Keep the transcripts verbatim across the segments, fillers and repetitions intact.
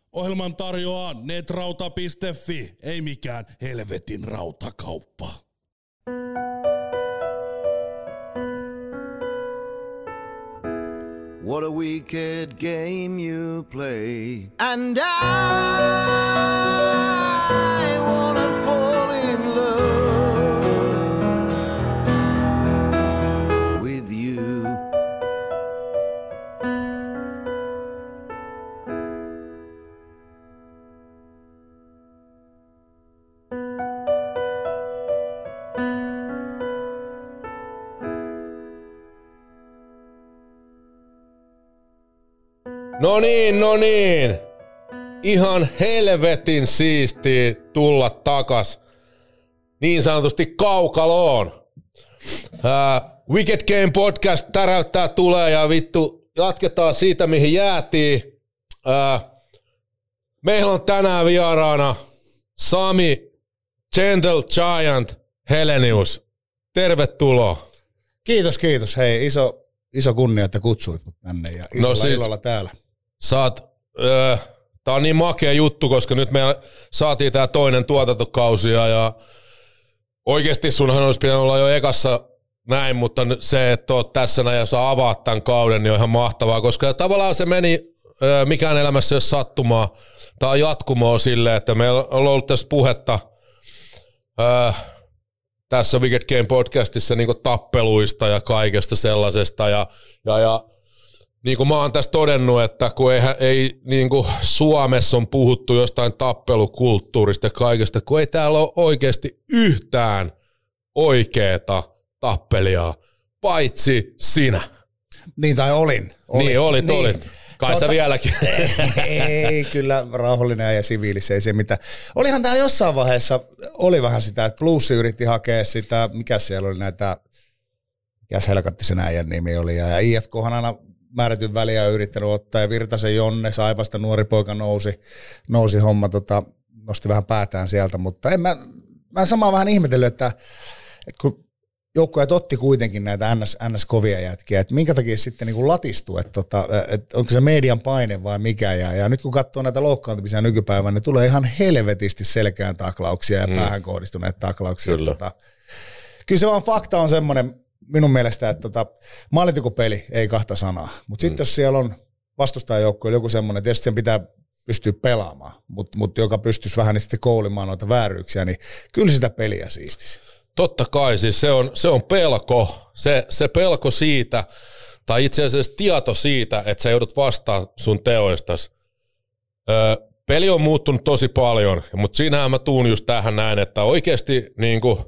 Ohjelman tarjoaa netrauta piste fi, ei mikään helvetin rautakauppa. What a wicked game you play. And I wanna fall in love with you. No niin, no niin. Ihan helvetin siistiä tulla takas niin sanotusti kaukaloon. Ää, Wicked Game Podcast täräyttää tulee ja vittu jatketaan siitä mihin jäätiin. Ää, meillä on tänään vieraana Sami Gentle Giant Helenius. Tervetuloa. Kiitos, kiitos. Hei, iso, iso kunnia, että kutsuit mut tänne ja isolla no siis, ilolla täällä. Saat, öö, tää on niin makea juttu, koska nyt me saatiin tää toinen tuotantokausi ja oikeesti sunhan olisi pitänyt olla jo ekassa näin, mutta se, että oot tässä näin ja saa avaa tämän kauden, niin on ihan mahtavaa, koska tavallaan se meni, öö, mikään elämässä ei ole sattumaa. Tää on jatkumoa silleen, että meillä on ollut tässä puhetta öö, tässä Wicked Game podcastissa niin kuin tappeluista ja kaikesta sellaisesta ja, ja, ja niin kuin mä oon tässä todennut, että kun ei, ei niin kuin Suomessa on puhuttu jostain tappelukulttuurista ja kaikesta, kun ei täällä ole oikeasti yhtään oikeeta tappelijaa, paitsi sinä. Niin, tai olin. olin. Niin, olit, niin. olit. Kai Totta, sä vieläkin. Ei, kyllä rauhallinen ja siviilissä, ei se mitään. Olihan täällä jossain vaiheessa, oli vähän sitä, että Bluesi yritti hakea sitä, mikä siellä oli näitä, mikäs helkatti sen äijän nimi oli, ja I F K:han aina määrätyn väliä on yrittänyt ottaa, ja Virtasen Jonne, Saipasta nuori poika nousi, nousi homma, tota, nosti vähän päätään sieltä, mutta en mä, mä samaa vähän ihmetellyt, että, että kun joukkueet otti kuitenkin näitä N S, N S-kovia jätkiä, että minkä takia sitten niin kuin latistuu, että, tota, että onko se median paine vai mikä, ja, ja nyt kun katsoo näitä loukkaantumisia nykypäivänä, niin tulee ihan helvetisti selkään taklauksia ja mm. päähän kohdistuneet taklauksia. Kyllä. Tota, kyllä se vaan fakta on semmoinen minun mielestä, että tota, maalintekopeli ei kahta sanaa, mutta sitten mm. jos siellä on vastustajajoukkueella joku semmoinen, tietysti sen pitää pystyä pelaamaan, mutta mut joka pystyisi vähän niin sitten koulimaan noita vääryyksiä, niin kyllä sitä peliä siistisi. Totta kai, siis se on, se on pelko, se, se pelko siitä, tai itse asiassa tieto siitä, että sä joudut vastaan sun teoistasi. Öö, peli on muuttunut tosi paljon, mutta siinähän mä tuun just tähän näin, että oikeasti niin kuin,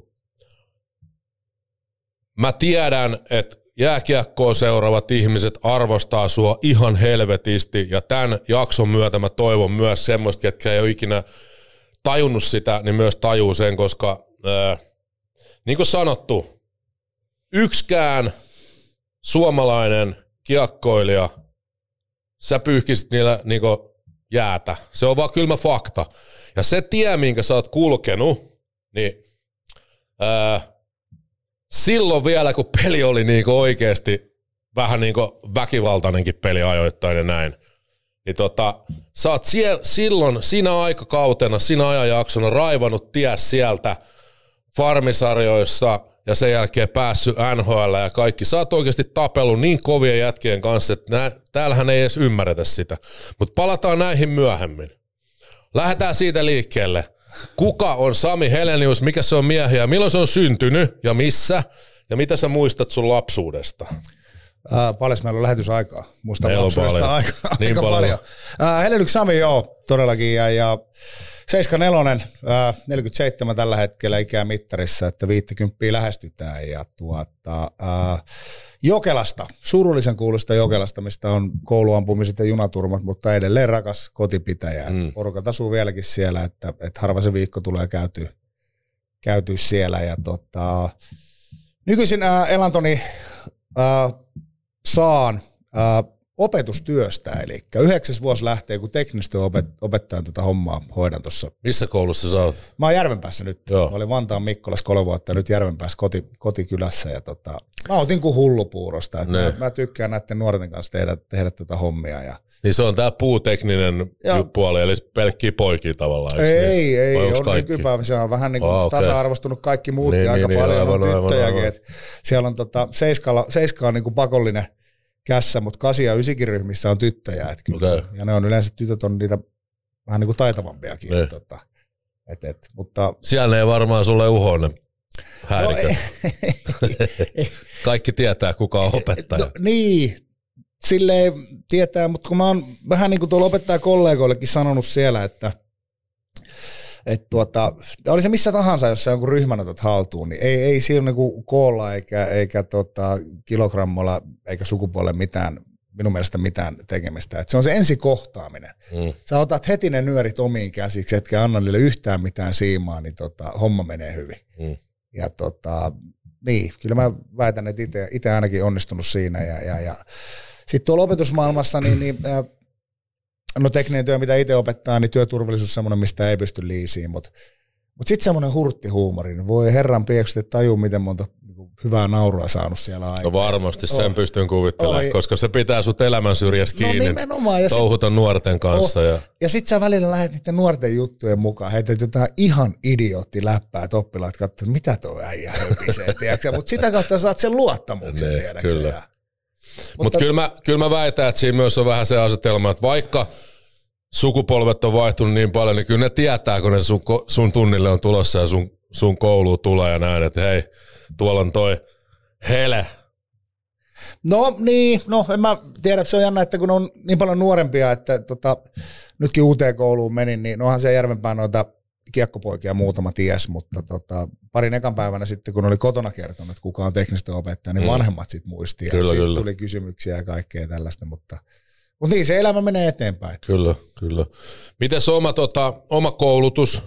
mä tiedän, että jääkiekkoa seuraavat ihmiset arvostaa sua ihan helvetisti, ja tämän jakson myötä mä toivon myös semmoista, ketkä ei ole ikinä tajunnut sitä, niin myös tajuu sen, koska öö, niin kuin sanottu, yksikään suomalainen kiekkoilija, sä pyyhkisit niillä niin kuin jäätä. Se on vaan kylmä fakta. Ja se tie, minkä sä oot kulkenut, niin ää, silloin vielä, kun peli oli niin kuin oikeasti vähän niin kuin väkivaltainenkin peli ajoittain ja näin, niin tota, sä oot sie- silloin, siinä aikakautena, siinä ajanjaksona raivannut tie sieltä farmisarjoissa ja sen jälkeen päässyt N H L ja kaikki. Sä oot oikeasti tapellut niin kovien jätkien kanssa, että nää, täällähän ei edes ymmärretä sitä. Mutta palataan näihin myöhemmin. Lähdetään siitä liikkeelle. Kuka on Sami Helenius, mikä se on miehiä, milloin se on syntynyt ja missä? Ja mitä sä muistat sun lapsuudesta? Äh, paljon meillä on lähetysaikaa. Muistan lapsuudesta aika, niin aika paljon. paljon. Äh, Helenius Sami, joo, todellakin. Ja, ja seitsemänkymmentäneljä, äh, neljäkymmentäseitsemän tällä hetkellä ikämittarissa, että viisikymmentä lähestytään. Ja tuota, äh, Jokelasta, surullisen kuulusta Jokelasta, mistä on kouluampumiset ja junaturmat, mutta edelleen rakas kotipitäjä. Mm. Porukat asuu vieläkin siellä, että, että harva se viikko tulee käytyä, käytyä siellä. Ja tota, nykyisin äh, elantoni äh, saan äh, opetustyöstä, eli yhdeksäs vuosi lähtee, kun teknistä opettajan tuota hommaa hoidan tuossa. Missä koulussa sä oot? Mä oon Järvenpäässä nyt. Joo. Mä olin Vantaan Mikkolassa kolme vuotta ja nyt Järvenpäässä koti, kotikylässä. Ja tota, mä otin kuin hullupuurosta. Mä, mä tykkään näiden nuorten kanssa tehdä, tehdä tätä hommia. Ja Niin se on tää puutekninen Ja- puoli, eli pelkkiä poikia tavallaan. Ei, eikö ei, niin? ei Vai onks on kaikki? nykypäivä, se on vähän niin kuin Ah, okei. tasa-arvostunut kaikki muutkin, Niin, aika niin, paljon niin, on aivan, aivan, tyttöjäkin, aivan. että siellä on tota, seiskalla, seiska on niin kuin pakollinen kässä, mutta kasi ja ysikin ryhmissä on tyttöjä, että kyllä, Okei. ja ne on yleensä, tytöt on niitä vähän niin kuin taitavampiakin, Niin. että, tota, et, et, mutta Siellä ei varmaan sulle uho ne no, häiriköt. ei, Kaikki tietää, kuka on opettaja. no, niin, silleen tietää, mutta kun mä oon vähän niin kuin tuolla opettajakollegoillekin sanonut siellä, että et tuota, oli se missä tahansa, jos sä jonkun ryhmän otat haltuun, niin ei, ei siinä niinku koolla eikä, eikä tota, kilogrammolla eikä sukupuolella mitään, minun mielestä mitään tekemistä. Et se on se ensikohtaaminen. Mm. Sä otat heti ne nyörit omiin käsiksi, etkä anna niille yhtään mitään siimaa, niin tota, homma menee hyvin. Mm. Ja tota, niin, kyllä mä väitän, että ite, ite ainakin onnistunut siinä. Ja, ja, ja. Sitten tuolla opetusmaailmassa, niin, niin äh, no tekninen työ, mitä itse opettaa, niin työturvallisuus on semmoinen, mistä ei pysty liisiin, mutta mut sitten semmoinen hurttihuumori, niin voi herran pieksyt, että tajuu, miten monta niinku, hyvää naurua saanut siellä aikaa. No varmasti sen Oh. pystyn kuvittelemaan, Oi. koska se pitää sut elämän syrjässä No kiinni. nimenomaan. Ja sit- Touhuta nuorten kanssa. Oh. Ja, Ja sit sä välillä lähdet niiden nuorten juttujen mukaan, heität jotain ihan idioottiläppää, että oppilaat katsoo, että mitä tuo äijä höpisee, tiedätkö? Mutta sitä kautta saat sen luottamuksen, Ne, tiedätkö? kyllä. Ja- Mutta Mut kyllä, mä, kyllä mä väitän, että siinä myös on vähän se asetelma, että vaikka sukupolvet on vaihtunut niin paljon, niin kyllä ne tietää, kun ne sun, ko- sun tunnille on tulossa ja sun, sun kouluun tulee ja näin, että hei, tuolla on toi Hele. No niin, no en mä tiedä, se on jännä, että kun on niin paljon nuorempia, että tota, nytkin uuteen kouluun menin, niin onhan siellä Järvenpään noita kiekkopoikia muutama ties, mutta tota, parin ekan päivänä sitten, kun oli kotona kertonut, että kuka on teknistä opettaja, niin Mm. vanhemmat sitten muisti ja Kyllä, siitä kyllä. tuli kysymyksiä ja kaikkea tällaista, mutta, mutta niin se elämä menee eteenpäin. Kyllä, kyllä. Mites oma, tota, oma koulutus?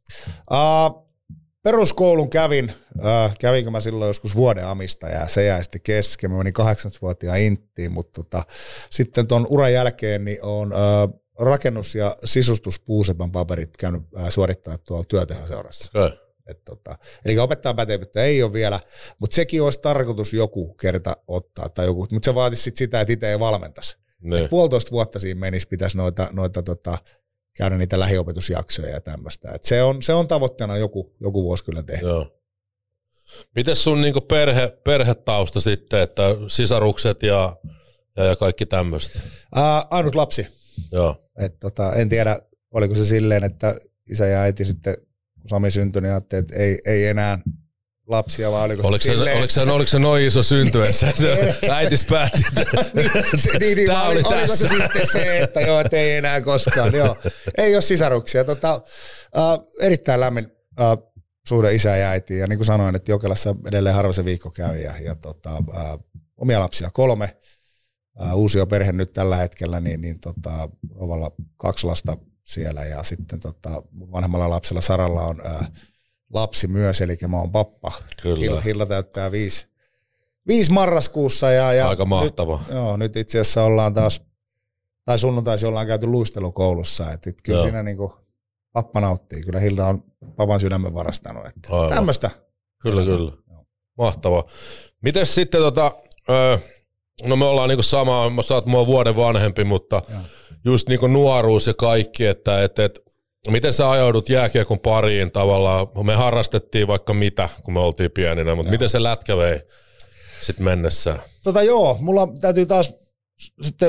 Uh, peruskoulun kävin, uh, kävinkö mä silloin joskus vuoden amista ja se jäi sitten kesken. Mä menin kahdeksantoistavuotiaan inttiin, mutta tota, sitten ton uran jälkeen niin on uh, rakennus- ja sisustuspuusepän paperit käynyt uh, suorittaa tuolla työtehoseurassa. Okay. Et tota, eli opettajan pätevyyttä ei ole vielä, mutta sekin olisi tarkoitus joku kerta ottaa, tai joku, mutta se vaatisi sit sitä, että itse ei valmentaisi. Niin. Et puolitoista vuotta siinä menisi, pitäisi noita, noita tota, käydä niitä lähiopetusjaksoja ja tämmöistä. Et se, on, se on tavoitteena joku, joku vuosi kyllä tehdä. Joo. Mites sun niinku perhe, perhetausta sitten, että sisarukset ja, ja, ja kaikki tämmöistä? Ää, ainut lapsi. Joo. Et tota, en tiedä, oliko se silleen, että isä ja äiti sitten, kun Sami syntyi, niin ajatteli, että ei, ei enää lapsia, vaan oliko, Oliko se, silleen, oliko, se, oliko se noin iso syntyessä? Äitis päätti, niin, niin, niin, Tää vai oli oliko tässä. se sitten se, että joo, et ei enää koskaan. Joo. Ei ole sisaruksia. Tota, äh, erittäin lämmin äh, suhde isä ja äitiin. Ja niin kuin sanoin, että Jokelassa edelleen harva se viikko käy. Ja, ja tota, äh, omia lapsia kolme. Äh, uusi on perhe nyt tällä hetkellä, niin, niin tota, Rovalla kaksi lasta siellä. Ja sitten tota, vanhemmalla lapsella Saralla on äh, lapsi myös, eli mä oon pappa. Kyllä. Hilla, Hilla täyttää viisi. Viisi marraskuussa. Ja, ja Aika mahtava. Nyt, joo, nyt itse asiassa ollaan taas, tai sunnuntaisin ollaan käyty luistelukoulussa, että et kyllä Joo. siinä niinku pappa nauttii. Kyllä Hilda on papan sydämen varastanut. Että Aivan. tämmöistä. Kyllä, kyllä. Mahtavaa. Mites sitten, tota, öö, no me ollaan niinku samaa, sä oot mua vuoden vanhempi, mutta Joo. just niinku nuoruus ja kaikki, että et, et, miten sä ajaudut jääkiekon pariin tavallaan? Me harrastettiin vaikka mitä, kun me oltiin pieninä, mutta Joo. miten se lätkä vei sitten mennessään? Tota joo, mulla täytyy taas sitten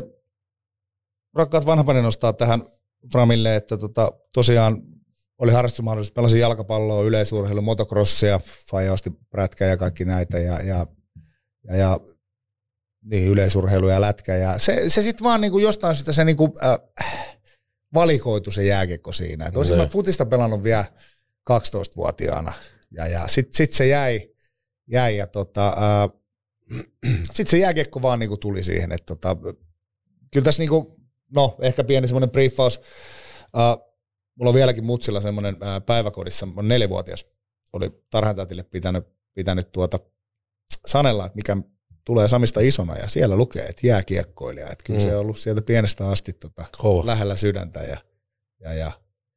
rakkaat vanhempani nostaa tähän Framille, että tota, tosiaan oli harrastusmahdollisuus, pelasin jalkapalloa, yleisurheilu, motocrossia, faija osti prätkää ja kaikki näitä ja, ja, ja, ja niin, yleisurheilu ja lätkä. Ja se, se sitten vaan niinku jostain sitä se niinku, äh, valikoitu se jääkiekko siinä. Et olisin Ne. mä futista pelannut vielä kaksitoistavuotiaana ja, ja sitten sit se jäi, jäi ja tota, äh, sitten se jääkiekko vaan niinku tuli siihen. Että tota, kyllä tässä niinku, no ehkä pieni semmoinen briefaus. Uh, mulla on vieläkin mutsilla semmoinen uh, päiväkodissa, mä neljävuotias, oli tarhantätille pitänyt, pitänyt tuota sanella, että mikä tulee Samista isona, ja siellä lukee, että jääkiekkoilija. Että kyllä Mm. se on ollut sieltä pienestä asti tota, Kova. lähellä sydäntä, ja, ja, ja,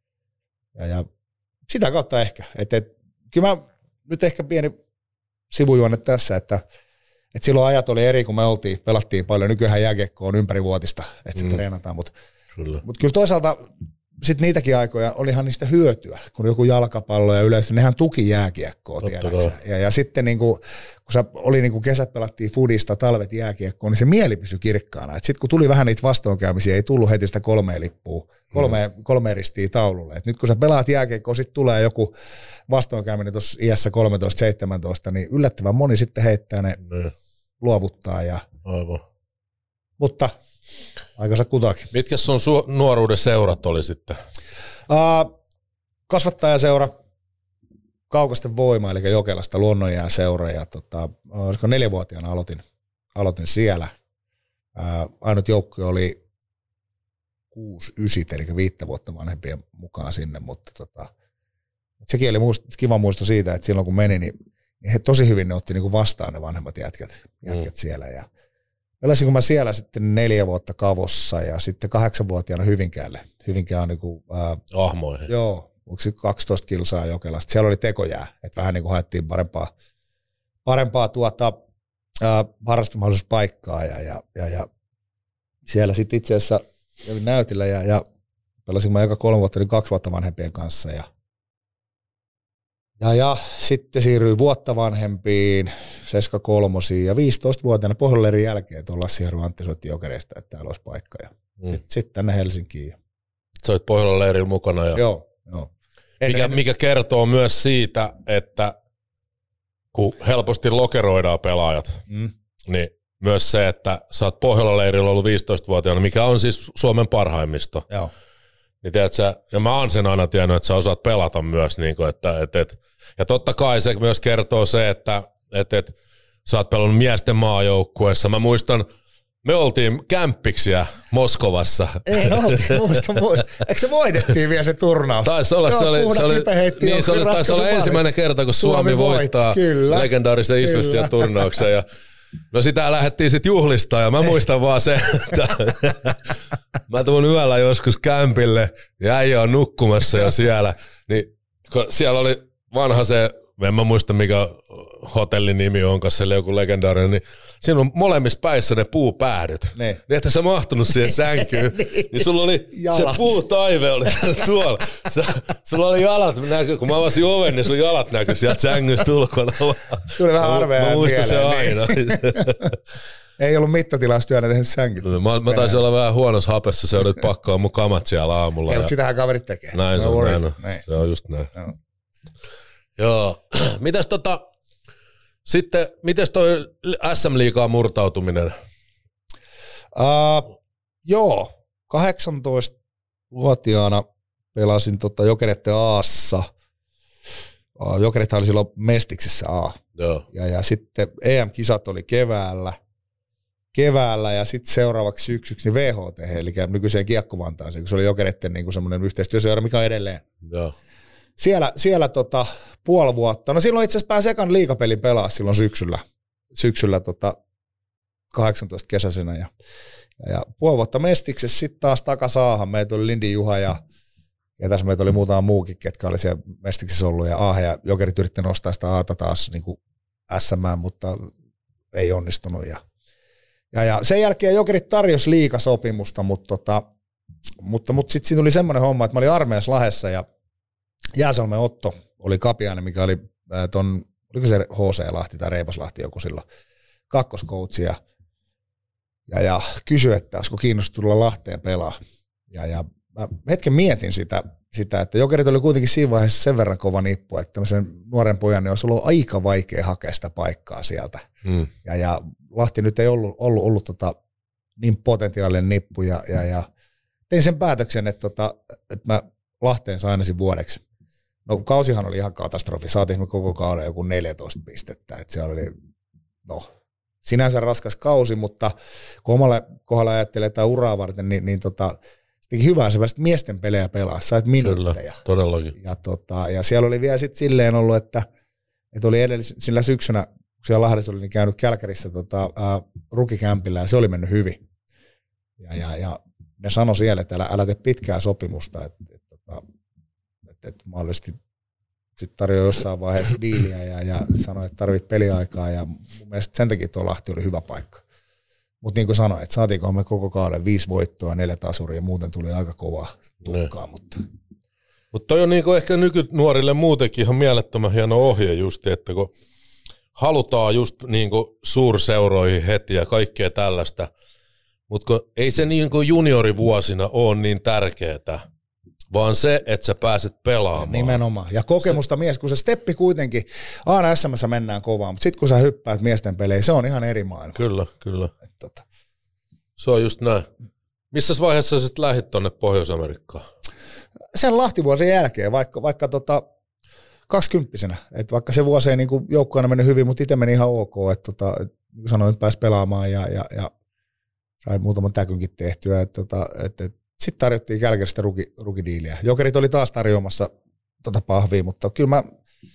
ja, ja sitä kautta ehkä. Et, et, kyllä mä nyt ehkä pieni sivujuonne tässä, että Et silloin ajat oli eri, kun me oltiin, pelattiin paljon. Nykyään jääkiekko on ympärivuotista, että sitten mm. treenataan. Mutta kyllä. Mut kyllä toisaalta sitten niitäkin aikoja olihan niistä hyötyä, kun joku jalkapallo ja yleensä, nehän tuki jääkiekkoa, tiedäksä. Ja, ja sitten niinku, kun sä oli niinku kesät pelattiin fudista, talvet jääkiekkoa, niin se mieli pysyi kirkkaana. Sitten kun tuli vähän niitä vastoinkäymisiä, ei tullut heti sitä kolmea lippua, kolme, mm. kolme ristiä taululle. Et nyt kun sä pelaat jääkiekkoa, sitten tulee joku vastoinkäyminen tuossa iässä kolmetoista seitsemäntoista, niin yllättävän moni sitten heittää ne, mm. luovuttaa. Ja, aivan. Mutta aikansa kutakin. Mitkä sun su- nuoruuden seurat oli sitten? Uh, kasvattajaseura, Kaukasten Voima, eli Jokelasta Luonnonjään seura. Ja tota, olisiko neljävuotiaana aloitin, aloitin siellä. Uh, ainut joukko oli kuusi ysit, eli viittä vuotta vanhempien mukaan sinne. Mutta tota, sekin oli muist, kiva muisto siitä, että silloin kun meni, niin, niin he tosi hyvin ne otti niinku vastaan ne vanhemmat jätkät, jätkät mm. siellä. Ja pelasinko mä siellä sitten neljä vuotta Kavossa ja sitten kahdeksanvuotiaana Hyvinkäälle. Hyvinkää on niinku, ää, ahmoihin. Joo, onko se kaksitoista kilsaa Jokelasta. Siellä oli tekojää, että vähän niinku haettiin parempaa, parempaa tuota, ää, harrastusmahdollisuuspaikkaa ja, ja, ja, ja siellä sitten itse asiassa kävin näytillä ja, ja pelasin mä joka kolme vuotta, niin kaksi vuotta vanhempien kanssa ja Ja, ja sitten siirryin vuotta vanhempiin, seska kolmosiin ja viisitoistavuotiaana Pohjoleirin jälkeen tuon Lassijärven Antti soitti Jokereista, että täällä olisi paikka. Ja mm. sitten tänne Helsinkiin. Sä olit Pohjola-leirillä mukana. Ja joo, joo. En, mikä, en, mikä kertoo myös siitä, että kun helposti lokeroidaan pelaajat, mm. niin myös se, että sä oot Pohjola-leirillä ollut viisitoistavuotiaana, mikä on siis Suomen parhaimmisto. Joo. Niin tiedät sä, ja mä oon sen aina tiennyt, että sä osaat pelata myös, niin kuin, että, että, että, ja totta kai se myös kertoo se, että, että, että sä oot pelannut miesten maajoukkueessa. Mä muistan, me oltiin kämppiksiä Moskovassa. Ei oltiin, muista, muista. Eikö se voitettiin vielä se turnaus? Taisi olla, Joo, se oli, se oli, niin, se oli taisi olla ensimmäinen kerta, kun Suomi, Suomi voittaa kyllä, legendaarisen Isvestia-turnauksen. Ja no sitä lähdettiin sitten juhlistaa ja mä muistan vaan sen, että mä tuun yöllä joskus kämpille ja äijä on nukkumassa jo siellä, niin siellä oli vanha se, en mä muista mikä hotellin nimi on, kanssa siellä joku legendaarinen, niin siinä on molemmissa päissä ne puupäädyt. Ne. Niin että sä mahtunut siihen sänkyyn, niin, niin sulla oli jalat. Se puutaive oli tuolla. Sä, sulla oli jalat, näky, kun mä avasin oven, niin sun jalat näkyi sieltä sängystä ulkona. Tuli vähän arvea mieleen. Mä muistan se aina. Ei ollut mittatilastyönä tehnyt sänkyt. Mä, mä taisin olla vähän huonossa hapessa, se oli pakkaa mun kamat siellä aamulla. Ei, mutta sitähän kaverit tekee. Näin se on, näin on. Se on just näin. No. Joo. Mitäs tota, sitten, mites toi S M-liigaan murtautuminen? Uh, joo, kahdeksantoistavuotiaana pelasin tota Jokereiden Aassa. Uh, Jokerethan oli silloin Mestiksessä A. Joo. Ja, ja sitten E M-kisat oli keväällä. Keväällä ja sitten seuraavaksi syksyksi niin V H T, eli nykyiseen Kiekko-Vantaaseen, kun se oli Jokereiden niin semmoinen yhteistyöseura, mikä on edelleen. Joo. Siellä, siellä tota, puoli vuotta. No silloin itse asiassa pääsi ekan liigapelin pelaa silloin syksyllä. Syksyllä tota, kahdeksantoista kesäisenä. Ja, ja, ja puoli vuotta Mestiksessä, sitten taas takasaahan. Meitä oli Lindi Juha ja, ja tässä meitä oli muutama muukin, ketkä oli siellä Mestiksessä ollut. Ja Aahe ja Jokerit yritti nostaa sitä Aata taas niin kuin S M, mutta ei onnistunut. Ja, ja, ja sen jälkeen Jokerit tarjosi liigasopimusta, mutta, tota, mutta, mutta sitten siinä tuli semmoinen homma, että mä olin armeijassa Lahdessa ja Jääsalmen Otto oli kapiainen, mikä oli ton, oliko se H C-Lahti tai Reipaslahti joku silloin, kakkoskoutsi ja, ja, ja kysyi, että olisiko kiinnostunut tulla Lahteen pelaa. Ja, ja mä hetken mietin sitä, sitä, että Jokerit oli kuitenkin siinä vaiheessa sen verran kova nippu, että tämmöisen nuoren pojan niin olisi ollut aika vaikea hakea sitä paikkaa sieltä. Mm. Ja, ja Lahti nyt ei ollut, ollut, ollut tota niin potentiaalinen nippu ja, ja, ja tein sen päätöksen, että, tota, että mä Lahteen sainasin vuodeksi. No kausihan oli ihan katastrofi, saatiin koko kauden joku neljätoista pistettä, että se oli, no sinänsä raskas kausi, mutta kun omalle kohdalla ajattelee tätä uraa varten, niin, niin tota, teki hyvää se pääsit miesten pelejä pelaa, sait minuutteja. Kyllä, todellakin. Ja, tota, ja siellä oli vielä sitten silleen ollut, että, että oli edellisellä syksynä, kun siellä Lahdessa oli niin käynyt Kälkärissä tota, ää, rukikämpillä ja se oli mennyt hyvin. Ja, ja, ja ne sanoi siellä, että älä, älä tee pitkää sopimusta, että, että, että, että mahdollisesti sitten tarjoaa jossain vaiheessa diiliä ja, ja sanoi, että tarvit peliaikaa ja mun mielestä sen takia tuo Lahti oli hyvä paikka. Mutta niin kuin sanoin, että saatiinko me koko kauden viisi voittoa, neljä tasuria ja muuten tuli aika kovaa tukkaa. Ne. Mutta Mutta toi on niinku ehkä nykynuorille muutenkin ihan mielettömän hieno ohje just, että kun halutaan just niinku suurseuroihin heti ja kaikkea tällaista, mutta ei se niinku juniorivuosina ole niin tärkeää, vaan se, että sä pääset pelaamaan. Nimenomaan. Ja kokemusta se, mies, kun se steppi kuitenkin, aina S M:ssä mennään kovaa, mutta sitten kun sä hyppäät miesten peleihin, se on ihan eri maailma. Kyllä, kyllä. Et, tota. Se on just näin. Missä vaiheessa sä sitten lähdit tonne Pohjois-Amerikkaan? Sen Lahtivuosien jälkeen, vaikka, vaikka tota, kaksikymppisenä. Et vaikka se vuosi ei niinku joukkueena mennyt hyvin, mutta itse meni ihan ok. Et, tota, et, niin kuin sanoin, pääsi pelaamaan ja, ja, ja sai muutaman täkynkin tehtyä. Et, tota, et, et, sitten tarjottiin Kälkäristä ruki, rukidiiliä. Jokerit oli taas tarjoamassa tota pahvia, mutta kyllä mä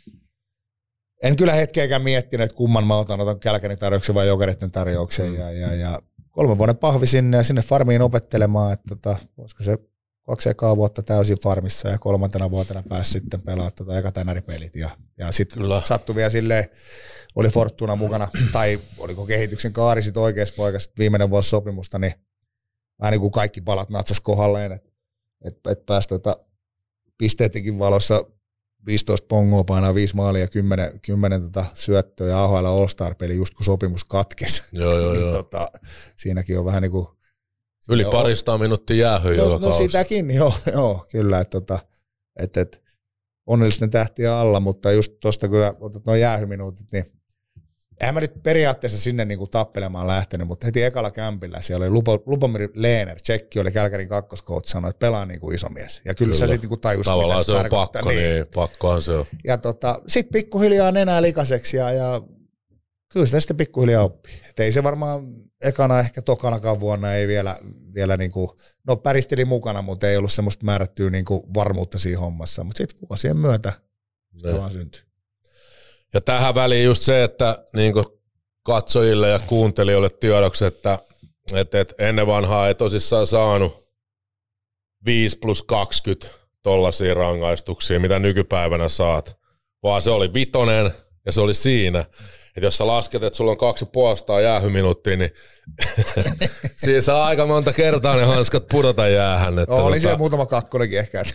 en kyllä hetkeäkään miettinyt, että kumman mä otan, otan Kälkärin tarjouksen vai Jokeritten tarjouksen. Mm. Ja, ja, ja kolmen vuoden pahvi sinne ja sinne farmiin opettelemaan, että tota, voisiko se kaksi ekaa vuotta täysin farmissa ja kolmantena vuotena pääsi sitten pelaamaan tota eka tänäripelit. Ja, ja sitten sattui vielä silleen, oli Fortuna mukana, tai oliko kehityksen kaari sitten oikeassa paikassa viimeinen vuosi sopimusta, niin vähän niin kuin kaikki palat natsas kohdalleen, että et, et pääsi tota pisteidenkin valossa viisitoista pongoa painaa viisi maalia ja kymmenen, kymmenen tota syöttöä ja A H L All-Star-peli just kun sopimus katkesi. Joo, joo, niin joo. Tota, siinäkin on vähän niin kuin yli parista minuuttia jäähyä no, joka no kausi. sitäkin, joo, joo kyllä, että tota, et, et, onnellisten tähtiä alla, mutta just tuosta kyllä otat nuo jäähyminuutit, niin eihän mä nyt periaatteessa sinne niinku tappelemaan lähtenyt, mutta heti ekalla kämpillä siellä oli Lupo, Lupomir Lehner, tsekki oli Kälkärin kakkoskout, sanoi, että pelaa niinku iso mies. Ja kyllä, kyllä. sä sitten niinku tajusit, tavallaan mitä se, se on tarkoittaa. pakko, niin, niin pakkohan se on. Ja tota, sitten pikkuhiljaa nenää likaseksi ja, ja kyllä sitä sitten pikkuhiljaa oppii. Et ei se varmaan ekana ehkä tokanakaan vuonna ei vielä, vielä niinku, no päristeli mukana, mutta ei ollut semmoista määrättyä niinku varmuutta siinä hommassa, mutta sitten vuosien myötä sitä vaan syntyi. Ja tähän väliin just se, että niinku katsojille ja kuuntelijoille tiedoksi, että et, et ennen vanhaa ei tosissaan saanut viisi plus kaksikymmentä tollaisia rangaistuksia, mitä nykypäivänä saat, vaan se oli vitonen ja se oli siinä. Että jos sä lasket, että sulla on kaksi puolestaan jäähyminuuttia, niin siinä saa aika monta kertaa ne hanskat pudota jäähän. Että oli tota... siellä muutama kakkonenkin ehkä.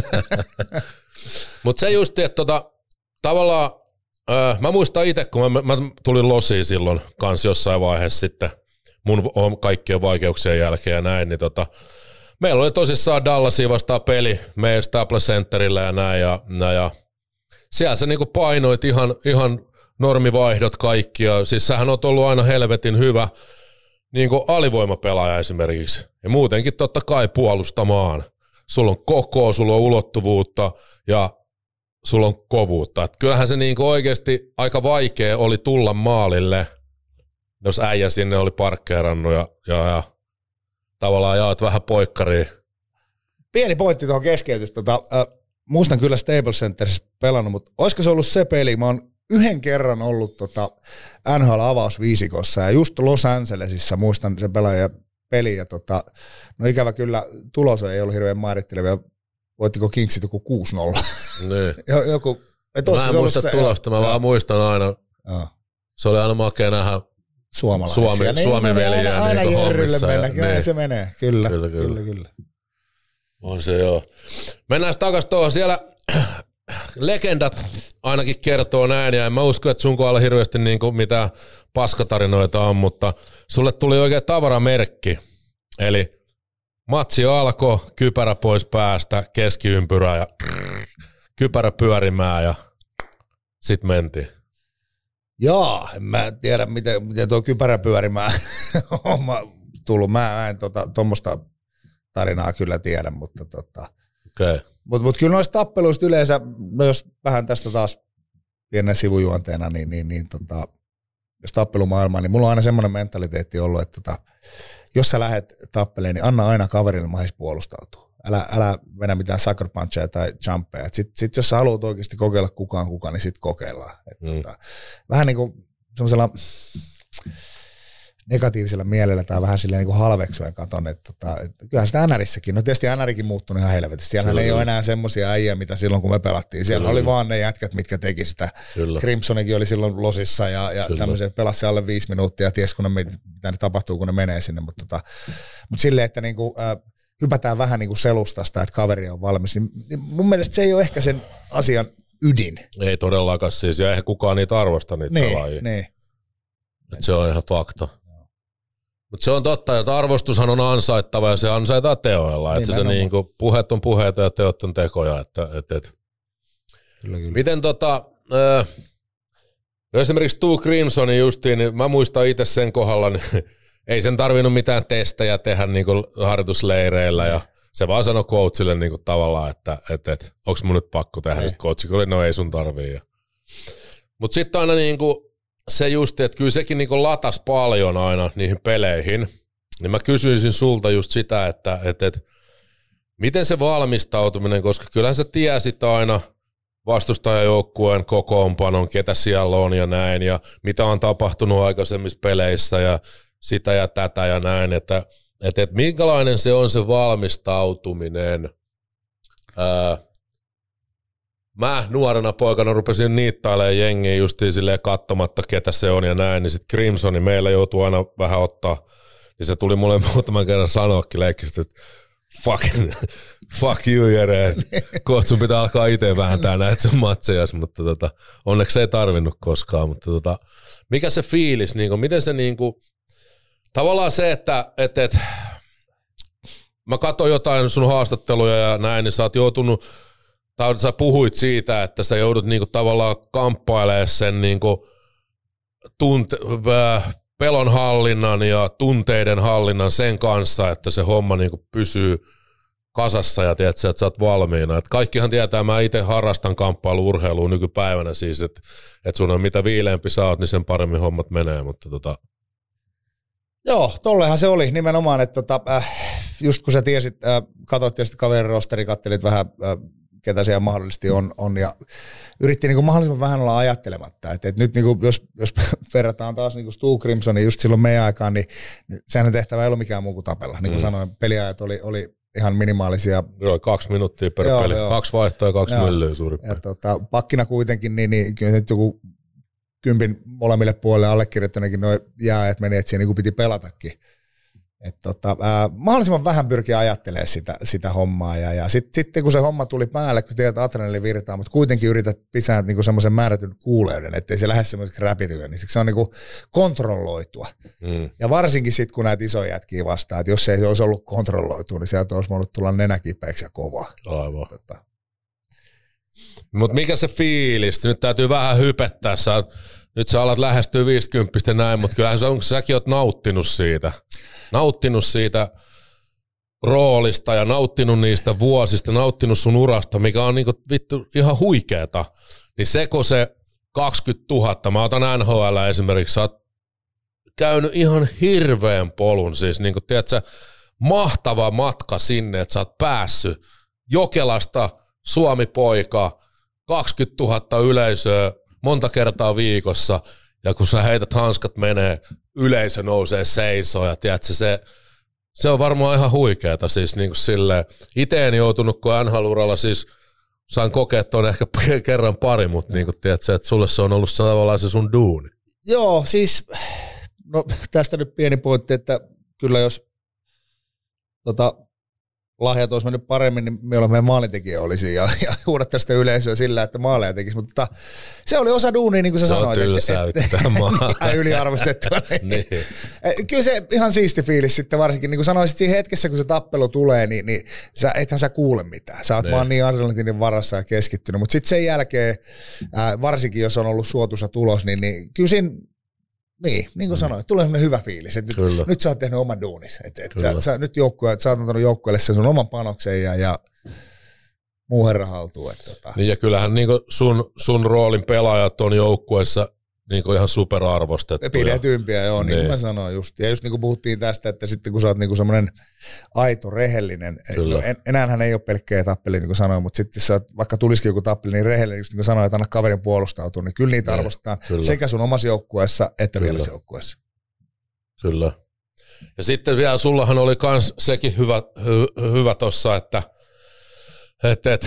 Mutta se just, että tota, tavallaan, äh, mä muistan itse, kun mä, mä tulin losiin silloin kanssa jossain vaiheessa sitten mun kaikkien vaikeuksien jälkeen ja näin, niin tota, meillä oli tosissaan Dallasia vastaan peli meidän Staples Centerillä ja näin, ja, näin, ja siellä sä niinku painoit ihan, ihan normivaihdot kaikki, ja siis sähän on ollut aina helvetin hyvä niin kuin alivoimapelaaja esimerkiksi, ja muutenkin totta kai puolustamaan. Sulla on koko, sulla on ulottuvuutta, ja sulla on kovuutta. Et kyllähän se niin kuin oikeasti aika vaikea oli tulla maalille, jos äijä sinne oli parkkeerannut, ja, ja, ja tavallaan jaat vähän poikkariin. Pieni pointti tuohon keskeytys. Tota, äh, muistan kyllä Staples Centerissä pelannut, mutta olisiko se ollut se peli, mä oon yhden kerran ollut tota N H L-avausviisikossa ja just Los Angelesissa muistan sen pelaajan peli ja tota, no ikävä kyllä tulos ei ollut hirveän määrittelevä. Voittiko Kingsit joku kuusi nolla? Niin. joku, mä en muista se, tulosta, mä ja. vaan muistan aina. Ja. Se oli aina makea nähdä Suomi, Suomi-veliä. Aina, aina niin Jerrylle mennä, kyllä niin. Se menee, kyllä, kyllä, kyllä. kyllä, kyllä. On se joo. Mennään takaisin tuohon siellä. Legendat ainakin kertoo näin, ja en mä usko, että sun kohdalla hirveästi niinku mitään paskatarinoita on, mutta sulle tuli oikein tavaramerkki. Eli matsi alkoi, kypärä pois päästä, keskiympyrä ja kypärä pyörimään ja sit mentiin. Joo, en mä tiedä miten, miten tuo kypärä pyörimään on tullut. Mä en tuommoista tota, tarinaa kyllä tiedä, mutta tota... Okei. Okay. Mutta mut kyllä noista tappeluista yleensä, no jos vähän tästä taas pienen sivujuonteena, niin, niin, niin tota, jos tappelumaailmaa, niin mulla on aina semmoinen mentaliteetti ollut, että tota, jos sä lähdet tappeleen, niin anna aina kaverille mahdollisuus puolustautua. Älä, älä venä mitään sucker puncheja tai jumpeja. Sitten sit jos sä haluat oikeasti kokeilla kukaan kukaan, niin sitten kokeillaan. Et, mm. tota, vähän niin kuin semmoisella negatiivisella mielellä tai vähän silleen niin halveksuen katon, että, tota, että kyllähän sitä NRissäkin, no tietysti NRikin muuttunut ihan helvetisti, siellähän ei ole enää semmoisia äijä, mitä silloin kun me pelattiin, siellä Kyllä. oli vaan ne jätkät, mitkä teki sitä, Kyllä. Crimsonikin oli silloin losissa ja, ja tämmöiset pelasi alle viisi minuuttia ja ties kun ne, mitä ne tapahtuu, kun ne menee sinne, mutta, tota, mutta silleen, että niin kuin, äh, hypätään vähän niin kuin selustasta, että kaveri on valmis, niin, niin mun mielestä se ei ole ehkä sen asian ydin. Ei todellakaan siis, ja eihän kukaan niitä arvosta niitä niin, pelaajia. Niin. Se on ihan fakta. Mutta se on totta, että arvostushan on ansaittava ja se ansaitaan teoilla. Että se niinku, puheet on puheita ja teot on tekoja. Että, et, et. Kyllä, kyllä. Miten tota, äh, esimerkiksi Stu Crimsonin justiin, niin mä muistan itse sen kohdalla, niin ei sen tarvinnut mitään testejä tehdä niinku harjoitusleireillä ja se vaan sanoi coachille niinku tavallaan, että et, et, onko mun nyt pakko tehdä. Sitten coachille oli, no ei sun tarvii. Mutta sitten aina niinku, se just, että kyllä sekin niinku latas paljon aina niihin peleihin, niin mä kysyisin sulta just sitä, että et, et, miten se valmistautuminen, koska kyllähän sä tiesit aina vastustajajoukkueen kokoonpanon, ketä siellä on ja näin, ja mitä on tapahtunut aikaisemmissa peleissä ja sitä ja tätä ja näin, että et, et minkälainen se on se valmistautuminen. Ää, Mä nuorena poikana rupesin niittailemaan jengiä justiin silleen katsomatta, ketä se on ja näin, niin sitten Crimsoni meillä joutuu aina vähän ottaa, niin se tuli mulle muutaman kerran sanoakin leikkisesti, että fuck, fuck you Jere, kohta sun pitää alkaa itse vääntää näitä sun matsejas, mutta tota, onneksi ei tarvinnut koskaan, mutta tota, mikä se fiilis, niin kuin, miten se niin kuin, tavallaan se, että et, et, mä katson jotain sun haastatteluja ja näin, niin sä oot joutunut, tai sä puhuit siitä, että sä joudut niinku tavallaan kamppailemaan sen niinku tunte- pelon hallinnan ja tunteiden hallinnan sen kanssa, että se homma niinku pysyy kasassa ja tiedät, että sä oot valmiina. Et kaikkihan tietää, mä itse harrastan kamppailu-urheilua nykypäivänä siis, että et sun on mitä viileempi sä oot, niin sen paremmin hommat menee. Mutta tota. Joo, tollehan se oli nimenomaan, että tota, äh, just kun sä tiesit, äh, katsoit tietysti kaverin rosteri, kattelit vähän äh, ketä siellä mahdollisesti on, on ja yritti niinku mahdollisimman vähän olla ajattelematta. Et, et nyt niinku, jos, jos verrataan taas niinku Stu Crimsonin just silloin meidän aikaan, niin, niin sehän tehtävä ei ollut mikään muu kuin tapella. Niin kuin mm. sanoin, peliajat oli, oli ihan minimaalisia. Joo, kaksi minuuttia per joo, peli. Joo. Kaksi vaihtoa ja kaksi myllyä suurin piirtein. Tota, pakkina kuitenkin, niin, niin kyllä nyt joku kympin molemmille puolelle allekirjoittaneekin noin jääajat meni, että siinä niinku piti pelatakin. Et tota, ää, mahdollisimman vähän pyrkiä ajattelemaan sitä, sitä hommaa ja, ja sitten sit, kun se homma tuli päälle, kun tiedät adrenaliin virtaa, mutta kuitenkin yrität pisää niinku semmoisen määrätyn kuuleuden, ettei se lähde semmoiseksi räpityön, niin se on niinku kontrolloitua. Mm. Ja varsinkin sitten kun näitä isoja jätkiä vastaan, että jos se ei olisi ollut kontrolloitua, niin sieltä olisi voinut tulla nenäkipeäksi ja kovaa. Aivan. Tota. Mutta mikä se fiilis? Nyt täytyy vähän hypettää. Sä, nyt sä alat lähestyä viisikymppistä näin, mutta kyllähän sä, säkin oot nauttinut siitä. Nauttinut siitä roolista ja nauttinut niistä vuosista, nauttinut sun urasta, mikä on niinku vittu ihan huikeeta. Niin seko se kaksikymmentätuhatta, mä otan N H L esimerkiksi, sä oot käynyt ihan hirveän polun, siis niinku tiedätkö, mahtava matka sinne, että sä oot päässyt Jokelasta Suomi-poika, kaksikymmentätuhatta yleisöä monta kertaa viikossa, ja kun sä heität hanskat menee, yleisö nousee seisoon, ja tiedätkö, se, se on varmaan ihan huikeeta, siis niin kuin silleen, ite en joutunut, kun N H L-uralla siis sain kokea tuon ehkä kerran pari, mutta niin kuin tiedätkö, että sulle se on ollut tavallaan se sun duuni. Joo, siis, no tästä nyt pieni pointti, että kyllä jos tota, lahjat olisi mennyt paremmin, niin me olemme maalintekijä olisi ja, ja huudattaa sitä yleisöä sillä, että maaleja tekisi, mutta se oli osa duunia, niin kuin sä se sanoit. Se on tylsää yliarvostettua. Niin. Kyllä se ihan siisti fiilis sitten varsinkin, niin kuin sanoisit siinä hetkessä, kun se tappelu tulee, niin, niin sä, ethän sä kuule mitään. Sä oot ne. vaan niin adrenaliinin varassa ja keskittynyt, mutta sitten sen jälkeen, ää, varsinkin jos on ollut suotuisa tulos, niin, niin kyllä siinä, niin, niin kuin mm. sanoin, tulee sellainen hyvä fiilis, että nyt, nyt sä oot tehnyt oman duunis, että et sä, sä, nyt joukkue, sä oot antanut joukkueelle sen sun oman panoksen ja, ja muu herra haltuu. Että, tota. Niin ja kyllähän niin sun, sun roolin pelaajat on joukkueessa niin ihan superarvostettuja. Pidetympiä, joo, niin, niin kuin mä sanoin just. Ja just niin kuin puhuttiin tästä, että sitten kun sä oot niin semmoinen aito, rehellinen, en, enäähän ei ole pelkkää tappeli, niin kuin sanoin, mutta sitten sä oot, vaikka tulisikin joku tappeli, niin rehellinen, just niin kuin sanoin, että anna kaverin puolustautua, niin kyllä niitä ne, arvostetaan kyllä. Sekä sun omassa joukkueessa että vierasjoukkueessa. Kyllä. Ja sitten vielä sullahan oli kans sekin hyvä, hy, hyvä tossa, että et, et,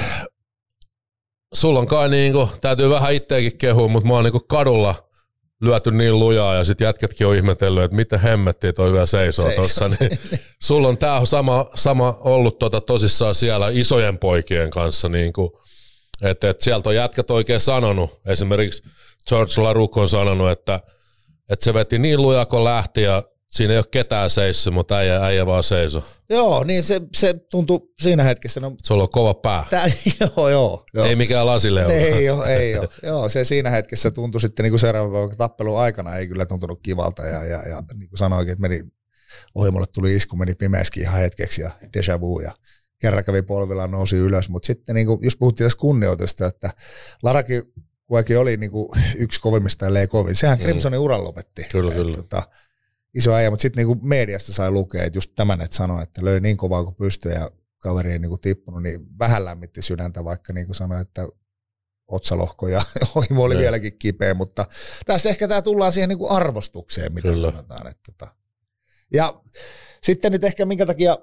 sulla on kai niinku, täytyy vähän itseäkin kehua, mutta mä oon niinku kadulla lyöty niin lujaa ja sit jätkätkin on ihmetellyt, että miten hemmettiin toi vielä seisoo, seisoo. tossa. Niin, sulla on tää sama, sama ollut tota tosissaan siellä isojen poikien kanssa, niinku, että et sieltä on jätkät oikein sanonut, esimerkiksi George LaRuck on sanonut, että, että se veti niin lujaa kun lähti ja siinä ei ole ketään seissyt, mutta äijä, äijä vaan seiso. Joo, niin se, se tuntui siinä hetkessä. No, sulla on kova pää. Tää, joo, joo, joo. Ei mikään lasille ole. Ei ole, ei ole. Joo, se siinä hetkessä tuntui sitten niin kuin seuraavan tappelun aikana, ei kyllä tuntunut kivalta. Ja, ja, ja niin kuin sanoikin, että meni, ohi mulle tuli isku, meni pimeäskin ihan hetkeksi ja déjà vu ja kerran kävi polvillaan, nousi ylös. Mutta sitten niin kuin, just puhuttiin tässä kunnioitusta, että Larakin kuitenkin oli niin kuin yksi kovimmista ja kovin. Sehän Crimsonin uran lopetti. Kyllä, et, kyllä. Tota, iso äijä, mutta sitten niinku mediasta sai lukea, että just tämän, että sanoi, että löi niin kovaa kuin pystyi ja kaveri ei niinku tippunut, niin vähän lämmitti sydäntä, vaikka niin kuin sanoi, että otsalohko ja ohimo oli ne. Vieläkin kipeä, mutta tässä ehkä tämä tullaan siihen niinku arvostukseen, mitä Kyllä. sanotaan. Että tota. Ja sitten nyt ehkä minkä takia,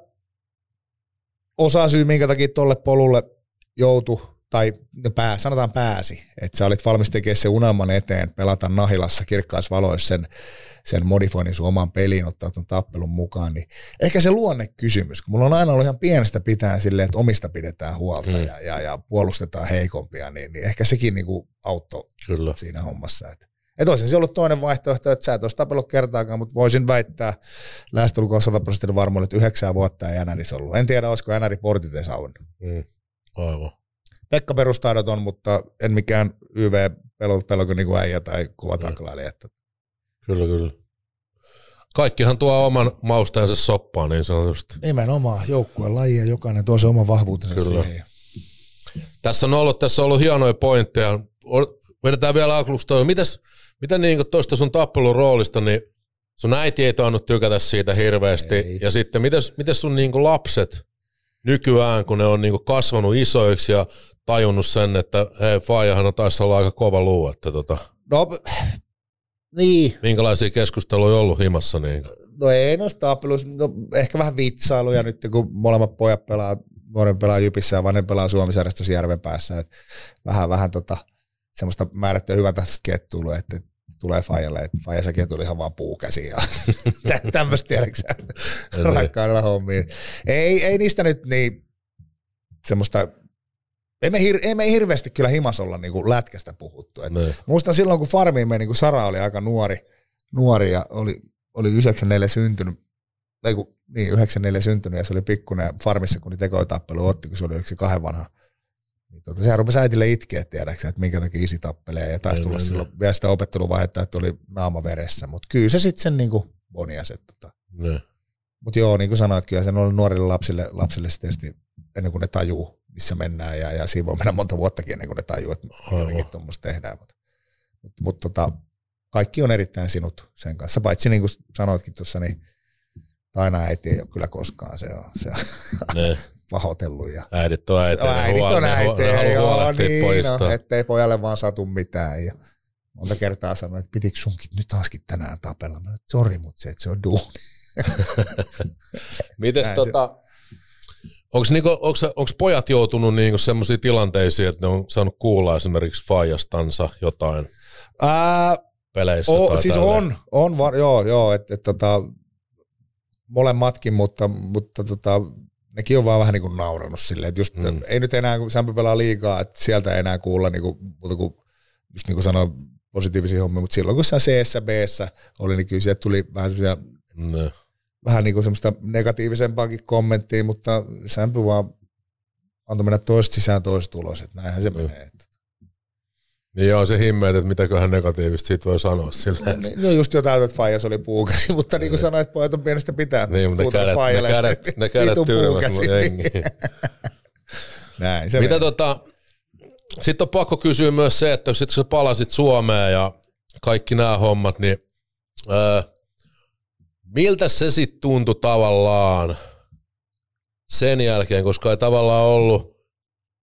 osa syy minkä takia tolle polulle joutui, tai pää, sanotaan pääsi, että sä olit valmis tekemään se unelman eteen, pelata Nahilassa kirkkaissa valoissa sen, sen modifoinnin sun oman peliin, ottaa tuon tappelun mukaan, niin ehkä se luonnekysymys, kun mulla on aina ollut ihan pienestä pitäen silleen, että omista pidetään huolta mm. ja, ja, ja puolustetaan heikompia, niin, niin ehkä sekin niinku auttoi Kyllä. siinä hommassa. Että et olisi se ollut toinen vaihtoehto, että sä et olisi tapellut kertaakaan, mutta voisin väittää lähestulkoon sata prosenttia varmuudella, että yhdeksää vuotta ei NRissä ollut. En tiedä, olisiko N R-portit edes auennut. Mm. Aivan. Pekka perustaidot on, mutta en mikään Y V-pelko niin kuin äijä tai kuvataklailija. Kyllä, kyllä. Kaikkihan tuo oman mausteensa soppaan niin sanotusti. Nimenomaan, joukkueen laji ja jokainen tuo se oman vahvuutensa kyllä. siihen. Tässä on ollut, tässä on ollut hienoja pointteja. Vedetään vielä aluksi toi. Mitäs, mitä niin tuosta sun tappelun roolista, niin sun äiti ei tainnut tykätä siitä hirveästi. Ei. Ja sitten mitäs, mitäs sun niin lapset nykyään, kun ne on niin kasvanut isoiksi ja tajunnut sen, että hei, Faijahan on taisi olla aika kova luu, että tota, no, niin. minkälaisia keskusteluja on ollut himassa? Niin? No ei noista tappeluissa, no, ehkä vähän vitsailuja nyt, kun molemmat pojat pelaa, nuoren pelaa Jypissä ja vanhen pelaa Suomisarjastossa Järvenpäässä, että vähän, vähän tota, semmoista määrättyä hyvän tahtoista kettuilua, että tulee Faijalle, että Faija sekin tuli ihan vaan puukäsi ja tämmöistä tiedäksä rakkaudella hommiin. Ei, ei niistä nyt niin semmoista, ei me, hir, ei me hirveästi kyllä himas olla niin kuin lätkästä puhuttu. Muistan silloin, kun Farmiin meni, kun Sara oli aika nuori, nuori ja oli, oli yhdeksänkymmentäneljä syntynyt, ei kun, niin yhdeksänkymmentäneljä syntynyt ja se oli pikkuinen Farmissa, kun tekoitappelu otti, kun se oli yksi kahden vanha. Niin tuota, sehän rupesi äitille itkeä, tiedäksä, että minkä takia isi tappelee ja taisi tulla silloin vielä sitä opetteluvaihetta, että oli naama veressä, mutta kyllä se sitten sen niin kuin bonias. Tota. Mutta joo, niin kuin sanoit, kyllä sen oli nuorille lapsille, lapsille tietysti ennen kuin ne tajuu, missä mennään ja, ja siinä voi mennä monta vuottakin ennen kuin ne tajuu, että jotenkin tuommoista tehdään. Mutta mut, mut, tota, kaikki on erittäin sinut sen kanssa, paitsi niin kuin sanoitkin tuossa, niin aina äiti ei ole kyllä koskaan se on, se on pahoitellut. Ja äidit on äiti. Äidit on äiti, joo, niin, no, ettei pojalle vaan satu mitään. Ja monta kertaa sanoin, että pitikö sunkin nyt taaskin tänään tapella. Mä sori, mutta se, että se on duuni. Mites tota, onko niinku, pojat joutunut niinku semmoisiin tilanteisiin, että ne on saanut kuulla esimerkiksi Faijastansa jotain Ää, peleissä? O, tai siis tälleen? on, on var, joo, joo että et, tota, molemmatkin, mutta, mutta tota, nekin on vaan vähän niin kuin naurannut silleen, että just mm. ei nyt enää, kun Sämpy pelaa liigaa, että sieltä ei enää kuulla, niin kuin, mutta kun, just niin kuin sanoin, positiivisia hommia, mutta silloin kun se C-ssä, B-ssä oli, niin kyllä sieltä tuli vähän semmoisia, mm. vähän niin kuin semmoista negatiivisempaakin kommenttia, mutta Sämpy vaan antoi mennä toista sisään toista ulos, että näinhän se mm. menee. Niin joo, se himmeet, että mitäköhän negatiivista siitä voi sanoa silleen. No just jotain, että Faijas oli puukäsi, mutta niin kuin sanoit, että pojat on pienestä pitää. Niin, mutta ne kädet, ne kädet, ne kädet tyrmäs mun jengiin. Näin se Mitä tota, sitten on pakko kysyä myös se, että sit kun sä palasit Suomeen ja kaikki nämä hommat, niin öö, miltä se sitten tuntui tavallaan sen jälkeen, koska ei tavallaan ollut,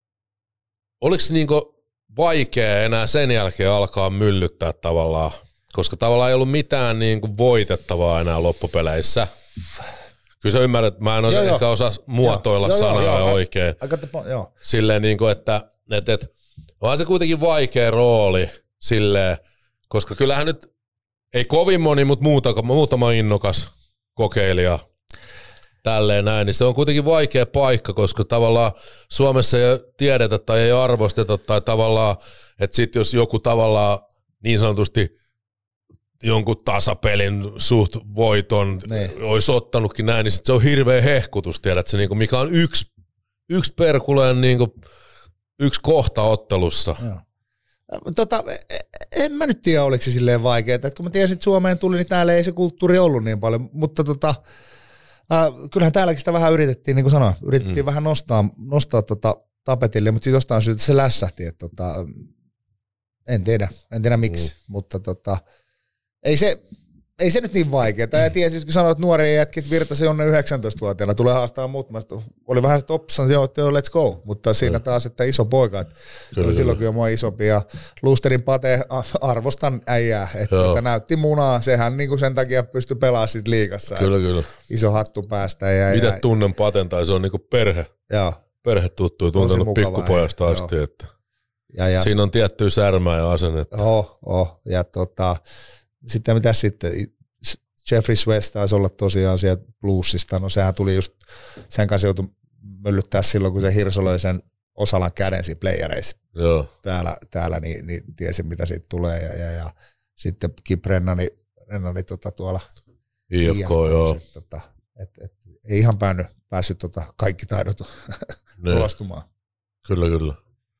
oliko se niinku vaikea enää sen jälkeen alkaa myllyttää tavallaan koska tavallaan ei ollut mitään niin kuin voitettavaa enää loppupeleissä. Kyllä sä ymmärrät, että mä en joo, ehkä joo. osaa muotoilla joo, sanoja joo, joo, oikein. Aika tepo, joo. Silleen, niin kuin, että et, et, onhan se kuitenkin vaikea rooli, silleen, koska kyllähän nyt ei kovin moni, mutta muutama, muutama innokas kokeilija tälleen näin, niin se on kuitenkin vaikea paikka, koska tavallaan Suomessa ei tiedetä tai ei arvosteta tai tavallaan, että sitten jos joku tavallaan niin sanotusti jonkun tasapelin suht voiton ne. olisi ottanutkin näin, niin sit se on hirveä hehkutus, tiedätkö, niin kuin mikä on yksi, yksi perkuleen niin kuin, yksi kohta ottelussa. Joo. Tota, en mä nyt tiedä, oliko se silleen vaikeaa, että kun mä tiesin, että Suomeen tuli, niin täällä ei se kulttuuri ollut niin paljon, mutta tota, äh, kyllähän täälläkin sitä vähän yritettiin, niin kuin sanoin, yritettiin mm. vähän nostaa, nostaa tota tapetille, mutta siitä jostain syystä se lässähti, että tota, en tiedä, en tiedä miksi, mm. mutta tota, ei se, ei se nyt niin vaikeaa. Ja tiesi, kun sanoit, että nuoria jätkit virtasi jonne yhdeksäntoistavuotiaana, tulee haastamaan mut. Oli vähän se opsan, joo, että let's go. Mutta siinä taas, että iso poika. Että kyllä, silloinkin jo mua isompi. Ja Lusterin Pate, arvostan äijää. Että, että näytti munaa. Sehän niin kuin sen takia pystyi pelaamaan sit liigassa. Kyllä, kyllä. Iso hattu päästä. Ja, Miten ja, tunnen Paten, tai se on niin kuin perhe. Joo. Perhe tuttu, tuntenut pikkupojasta asti. Että ja, ja, siinä on tiettyä särmää ja asennetta. Oh, oh. Ja tota... Sitten mitä sitten, Jeffrey West taisi olla tosiaan sieltä Bluesista, no sehän tuli just, sen kanssa joutui möllyttää silloin, kun se Hirso löi sen Osalan käden siinä playereissa. Joo. Täällä, täällä niin, niin tiesin mitä siitä tulee, ja, ja, ja sitten Kip Rennani, Rennani tota, tuolla I F K, joo. Sit, tota, et, et, ei ihan päänyt, päässyt tota, kaikki taidot ulostumaan. Kyllä, kyllä.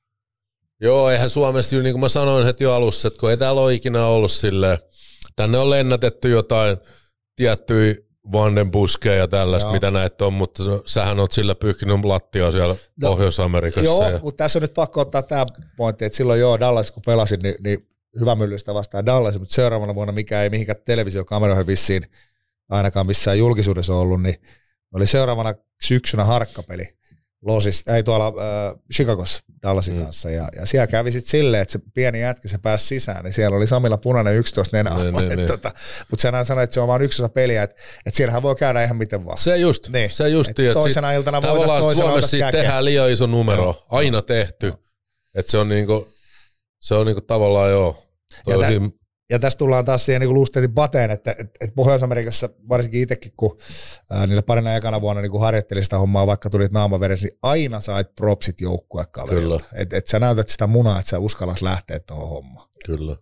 Joo, eihän Suomessa, niin kuin mä sanoin heti jo alussa, että kun ei täällä ole ikinä ollut silleen, tänne on lennätetty jotain tiettyjä Vandenbuskeja ja tällaista, joo. mitä näitä on, mutta sähän oot sillä pyyhkinyt lattiaa siellä no, Pohjois-Amerikassa. Joo, ja... mutta tässä on nyt pakko ottaa tämä pointti, että silloin joo, Dallas kun pelasin, niin, niin hyvä myllystä vastaan Dallas, mutta seuraavana vuonna mikä ei mihinkään televisiokameroihin vissiin ainakaan missään julkisuudessa ollut, niin oli seuraavana syksynä harkkapeli. Losista, ei tuolla äh, Chicagossa Dallasin mm. kanssa, ja, ja siellä kävi sitten silleen, että se pieni jätkä, se pääsi sisään, niin siellä oli Samilla punainen yksitoista nenä, ne, ne, ne. tota, mutta senään sanoi, että se on vain yksi osa peliä, että, että siellähän voi käydä ihan miten vaan. Se just, niin. se just, että toisena sit, iltana voitat, tavallaan toisena Suomessa siitä tehdään liian iso numero, no. aina tehty, no. että se on niinku, se on niinku tavallaan joo. Ja, tä, ja tässä tullaan taas siihen niin Lustetin Pateen, että, että, että Pohjois-Amerikassa varsinkin itsekin, kun ää, niillä parina ekana vuonna niin harjoitteli sitä hommaa, vaikka tulit naamaveressä, niin aina sait propsit joukkuekaverilta. Että et sä näytät sitä munaa, että sä uskallas lähteä tuohon hommaan. Kyllä.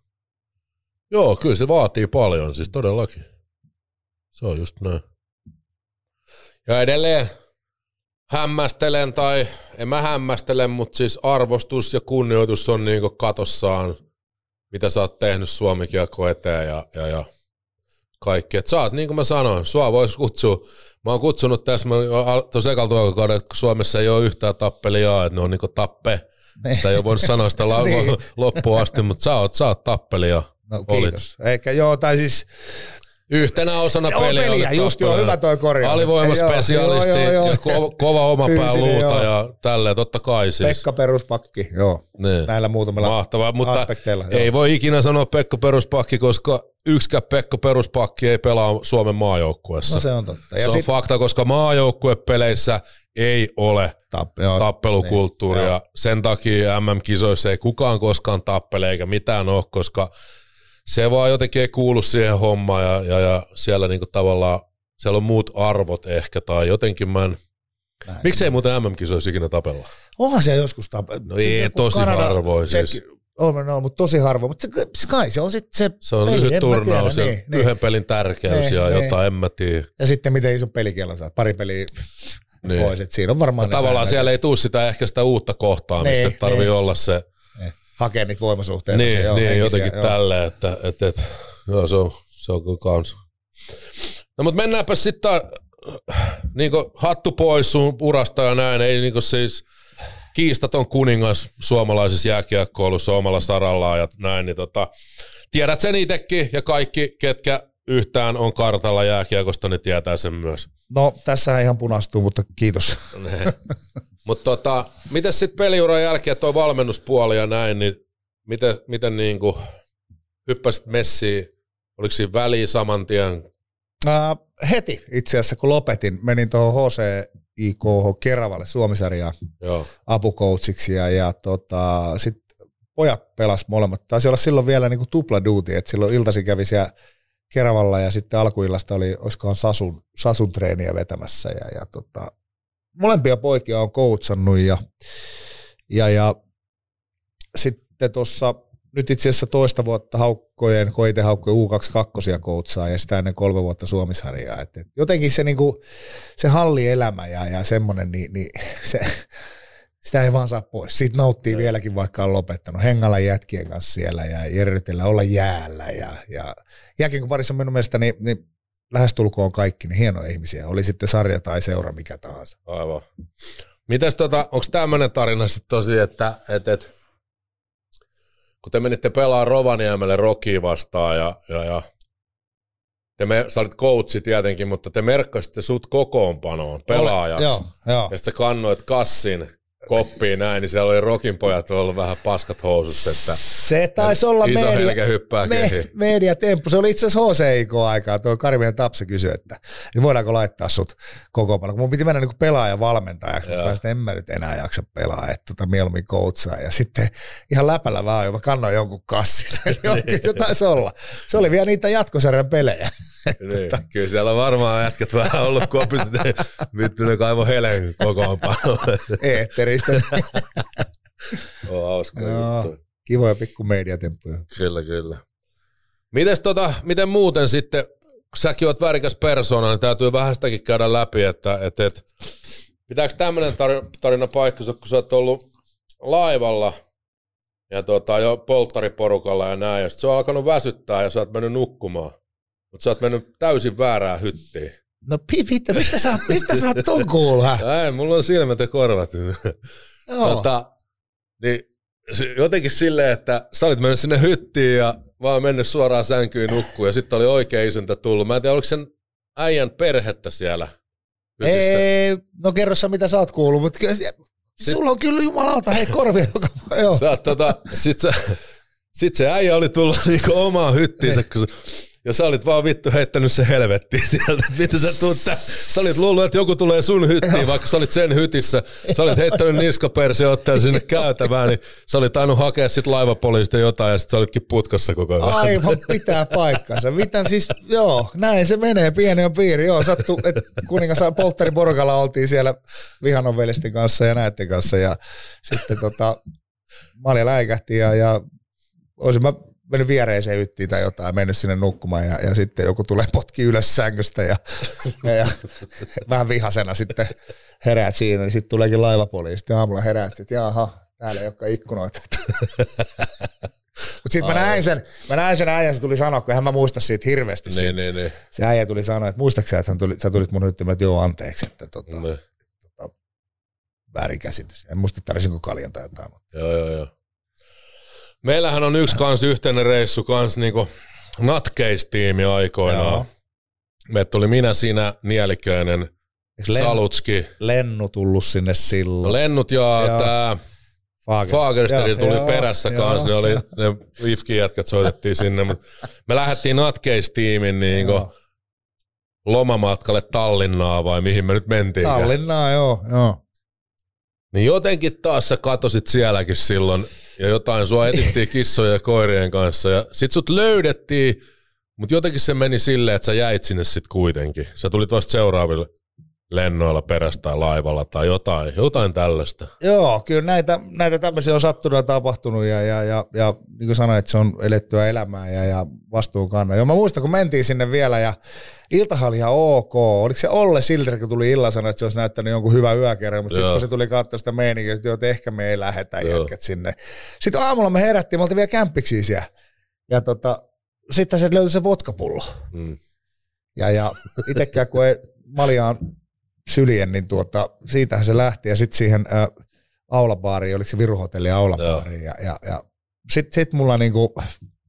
Joo, kyllä se vaatii paljon, siis todellakin. Se on just näin. Ja edelleen hämmästelen, tai en mä hämmästele, mutta siis arvostus ja kunnioitus on niin kuin katossaan, mitä sä oot tehnyt Suomi-kiekko eteen ja, ja, ja kaikki. Et sä oot, niin kuin mä sanoin, sua vois kutsua. Mä oon kutsunut tässä, tuossa ekalla tuokauden, että Suomessa ei ole yhtään tappelijaa, että ne on niinku tappe. Ne. Sitä ei ole voinut sanoa sitä la- niin. loppuun asti, mutta sä oot, sä oot tappelija. No kiitos. Olit. Eikä joo, tai siis... Yhtenä osana no, peliä. peliä just joo, hyvä toi korjaus. Alivoimaspesialisti joo, joo, joo, ja ko- kova oma pää luuta joo. ja tälleen, totta kai siis. Pekka Peruspakki, joo. Ne. Näillä muutamilla Mahtavaa, mutta aspekteilla. Ei joo. voi ikinä sanoa Pekka Peruspakki, koska yksikään Pekka Peruspakki ei pelaa Suomen maajoukkueessa. No se on totta. Ja se sit... on fakta, koska maajoukkuepeleissä ei ole Tapp, joo, tappelukulttuuria. Niin, sen takia M M-kisoissa ei kukaan koskaan tappele eikä mitään ole, koska se vaan jotenkin ei kuulu siihen hommaan ja, ja, ja siellä niinku tavallaan, siellä on muut arvot ehkä tai jotenkin mä en, näin. Miksei muuten M M-kisoissa ikinä tapella? Onhan se joskus tapella. No ei, tosi Kanada, harvoin siis. Se, on, no, mutta tosi harvoin, mutta se, se kai se on sitten se Se on peli, lyhyt turnaus ja niin, yhden niin. pelin tärkeys niin, ja niin. jotain en mä tiedä. Ja sitten miten iso pelikielon saat, pari peliä niin. pois, että siinä on varmaan no, tavallaan siellä ei tule sitä ehkä sitä uutta kohtaamista, niin, että tarvii niin. olla se niin. hakea niitä voimasuhteita. Niin, joo, niin jotenkin tälleen, että et, et, joo, se on, se on kyllä kans. No mutta mennäänpä sitten niinku hattu pois sun urasta ja näin, ei niinku siis kiistaton kuningas suomalaisessa jääkiekkoilussa omalla sarallaan ja näin, niin tota, tiedät sen itsekin ja kaikki, ketkä yhtään on kartalla jääkiekosta, niin tietää sen myös. No tässä ihan punastuu, mutta kiitos. Mutta tota, miten sitten peliuran jälkeen tuo valmennuspuoli ja näin, niin miten, miten niinku hyppäsit messiin Oliko siinä väliin saman tien? Uh, heti itse asiassa, kun lopetin, menin tuohon H C I K H Keravalle Suomi-sarjaan apukoutsiksi ja, ja tota, sitten pojat pelas molemmat. Taisi olla silloin vielä niinku tupla duty, että silloin iltaisin kävi siellä Keravalla ja sitten alkuillasta oli, olisikohan Sasun, Sasun treeniä vetämässä ja, ja tota, molempia poikia on coachannut ja, ja, ja sitten tuossa nyt itse asiassa toista vuotta haukkojen, kun itse haukkojen U kaksikymmentäkaksi coachaa ja sitä ennen kolme vuotta Suomi-sarjaa. Et, et jotenkin se, niinku, se hallielämä ja, ja semmoinen, niin, niin se, sitä ei vaan saa pois. Siitä nauttii ja. vieläkin, vaikka on lopettanut. Hengalla jätkien kanssa siellä ja jerrytellä, olla jäällä. Ja, ja jääkin parissa minun mielestä niin, niin lähestulkoon kaikki niin hienoja ihmisiä. Oli sitten sarja tai seura mikä tahansa. Aivan. Mites tota, onko tämmöinen tarina sitten tosi, että et, et, kun te menitte pelaamaan Rovaniemelle Rockia vastaan ja, ja, ja te me, sä olit coachi tietenkin, mutta te merkkasitte sut kokoonpanoon pelaajaksi. Joo, joo. Ja sitten sä kannoit kassin koppiin näin, niin siellä oli Rockin pojat ollut vähän paskat housut. Että se taisi olla iso media, helkä hyppää me, mediatemppu. Se oli itse asiassa H C I K-aikaa. Tuo Karimien Tapse kysyi, että voidaanko laittaa sut kokoonpanoon. Kun mun piti mennä niin pelaajan valmentajaksi, mutta päästä en mä nyt enää jaksa pelaa, että tota mieluummin coachaa. Ja sitten ihan läpällä vaan, mä kannoin jonkun kassin. Se taisi olla. Se oli vielä niitä jatkosarjan pelejä. Niin, kyllä siellä on varmaan jätkät vähän ollut kopissa, vittuinen kaivo helen kokoonpanoon. Eetteristä. On hauska juttu. Kivoja pikku mediatemppuja. Kyllä, kyllä. Mites tota, miten muuten sitten, kun säkin oot värikäs persoona, niin täytyy vähän sitäkin käydä läpi, että et, et, pitääkö tämmöinen tarina paikkansa, kun sä oot ollut laivalla ja tota, jo polttariporukalla ja näin, ja sit se on alkanut väsyttää ja sä oot mennyt nukkumaan. Mutta sä oot mennyt täysin väärään hyttiin. No Pipittä, mistä sä, mistä sä oot ton kuulla? Ei, mulla on silmät ja korvat. tota, niin, jotenkin silleen, että sä olit mennyt sinne hyttiin ja vaan mennyt suoraan sänkyyn nukkuun ja sitten oli oikein isäntä tullut. Mä en tiedä, oliko sen äijän perhettä siellä hytissä? Ei, no kerro sä mitä sä oot kuullut, mutta sulla on kyllä jumalauta, hei korvia. Joo. Sä oot, tota, sit, sä, sit se äijä oli tullut niinku omaan hyttiinsä, kun ja sä olit vaan vittu heittänyt se helvettiin sieltä, että vittu sä tuut tä- Sä olit luullut, että joku tulee sun hyttiin, vaikka sä olit sen hytissä. Sä olit heittänyt niskapersi ottaa sinne käytävään, niin sä olit tainnut hakea sit laivapoliista jotain ja sit sä olitkin putkassa koko ajan. Aivan pitää paikkansa. Mitä siis, joo, näin se menee, pieni on piiri. Joo, sattuu, että kuningas polttariporukalla oltiin siellä Vihanon veljestin kanssa ja näitten kanssa ja sitten tota, Malja läikähti ja, ja olisin mä mennyt viereiseen yttiin tai jotain, mennyt sinne nukkumaan ja, ja sitten joku tulee potki ylös sängystä ja, ja, ja vähän vihasena sitten heräät siinä, niin sitten tuleekin laivapoliisi. Sitten aamulla heräät, että jaha, täällä ei olekaan ikkunoita. Mutta sitten mä näin sen, mä näin sen äijän, se tuli sanoa, kun eihän mä muista siitä hirveästi. Niin, niin, niin. Se äijä tuli sanoa, että muistaaksä, että hän tuli, sä tulit mun hyttiin, että joo anteeksi, että tota, niin. tota, väärinkäsitys. En muista, tarvisinko kaljan tai jotain. Mutta. Joo, joo, joo. Meillähän on yksi kans yhteinen reissu kans niinku Nutcase-tiimi aikoinaan. Joo. Meitä tuli minä, sinä, Nieliköinen, Len, Salutski. Lennu tullut sinne silloin. Lennut ja, ja tää Fagersteri tuli joo, perässä joo, kans. Ne oli ne Lifkin jätkät soitettiin sinne. Mut me lähdettiin Nutcase-tiimin niinku lomamatkalle Tallinnaa vai mihin me nyt mentiin. Tallinnaa, joo, joo. Niin jotenkin taas sä katosit sielläkin silloin. Ja jotain, sua etittiin kissojen ja koirien kanssa ja sit sut löydettiin, mutta jotenkin se meni silleen, että sä jäit sinne sit kuitenkin. Sä tulit vasta seuraaville lennoilla perästä tai laivalla tai jotain, jotain tällaista. Joo, kyllä näitä, näitä tämmöisiä on sattunut ja tapahtunut ja, ja, ja, ja niin kuin sanoin, että se on elettyä elämää ja, ja vastuunkannan. Joo, mä muistan, kun mentiin sinne vielä ja iltahan oli ihan ok. Oliko se Olle Silder, kun tuli illalla sanoa, että se olisi näyttänyt jonkun hyvän yökerran, mutta sitten kun se tuli katsoa sitä meininkiä, että ehkä me ei lähetä jätkät sinne. Sitten aamulla me herättiin, me oltiin vielä kämppiksi siellä. Ja tota, sitten se löytyi se vodkapullo. Hmm. Ja, ja itsekään kun ei maljaan syljen, niin tuota, siitähän se lähti ja sitten siihen ä, aulabaariin, oliko se Viru Hotelli aulabaariin ja, ja, ja sitten sit mulla niinku,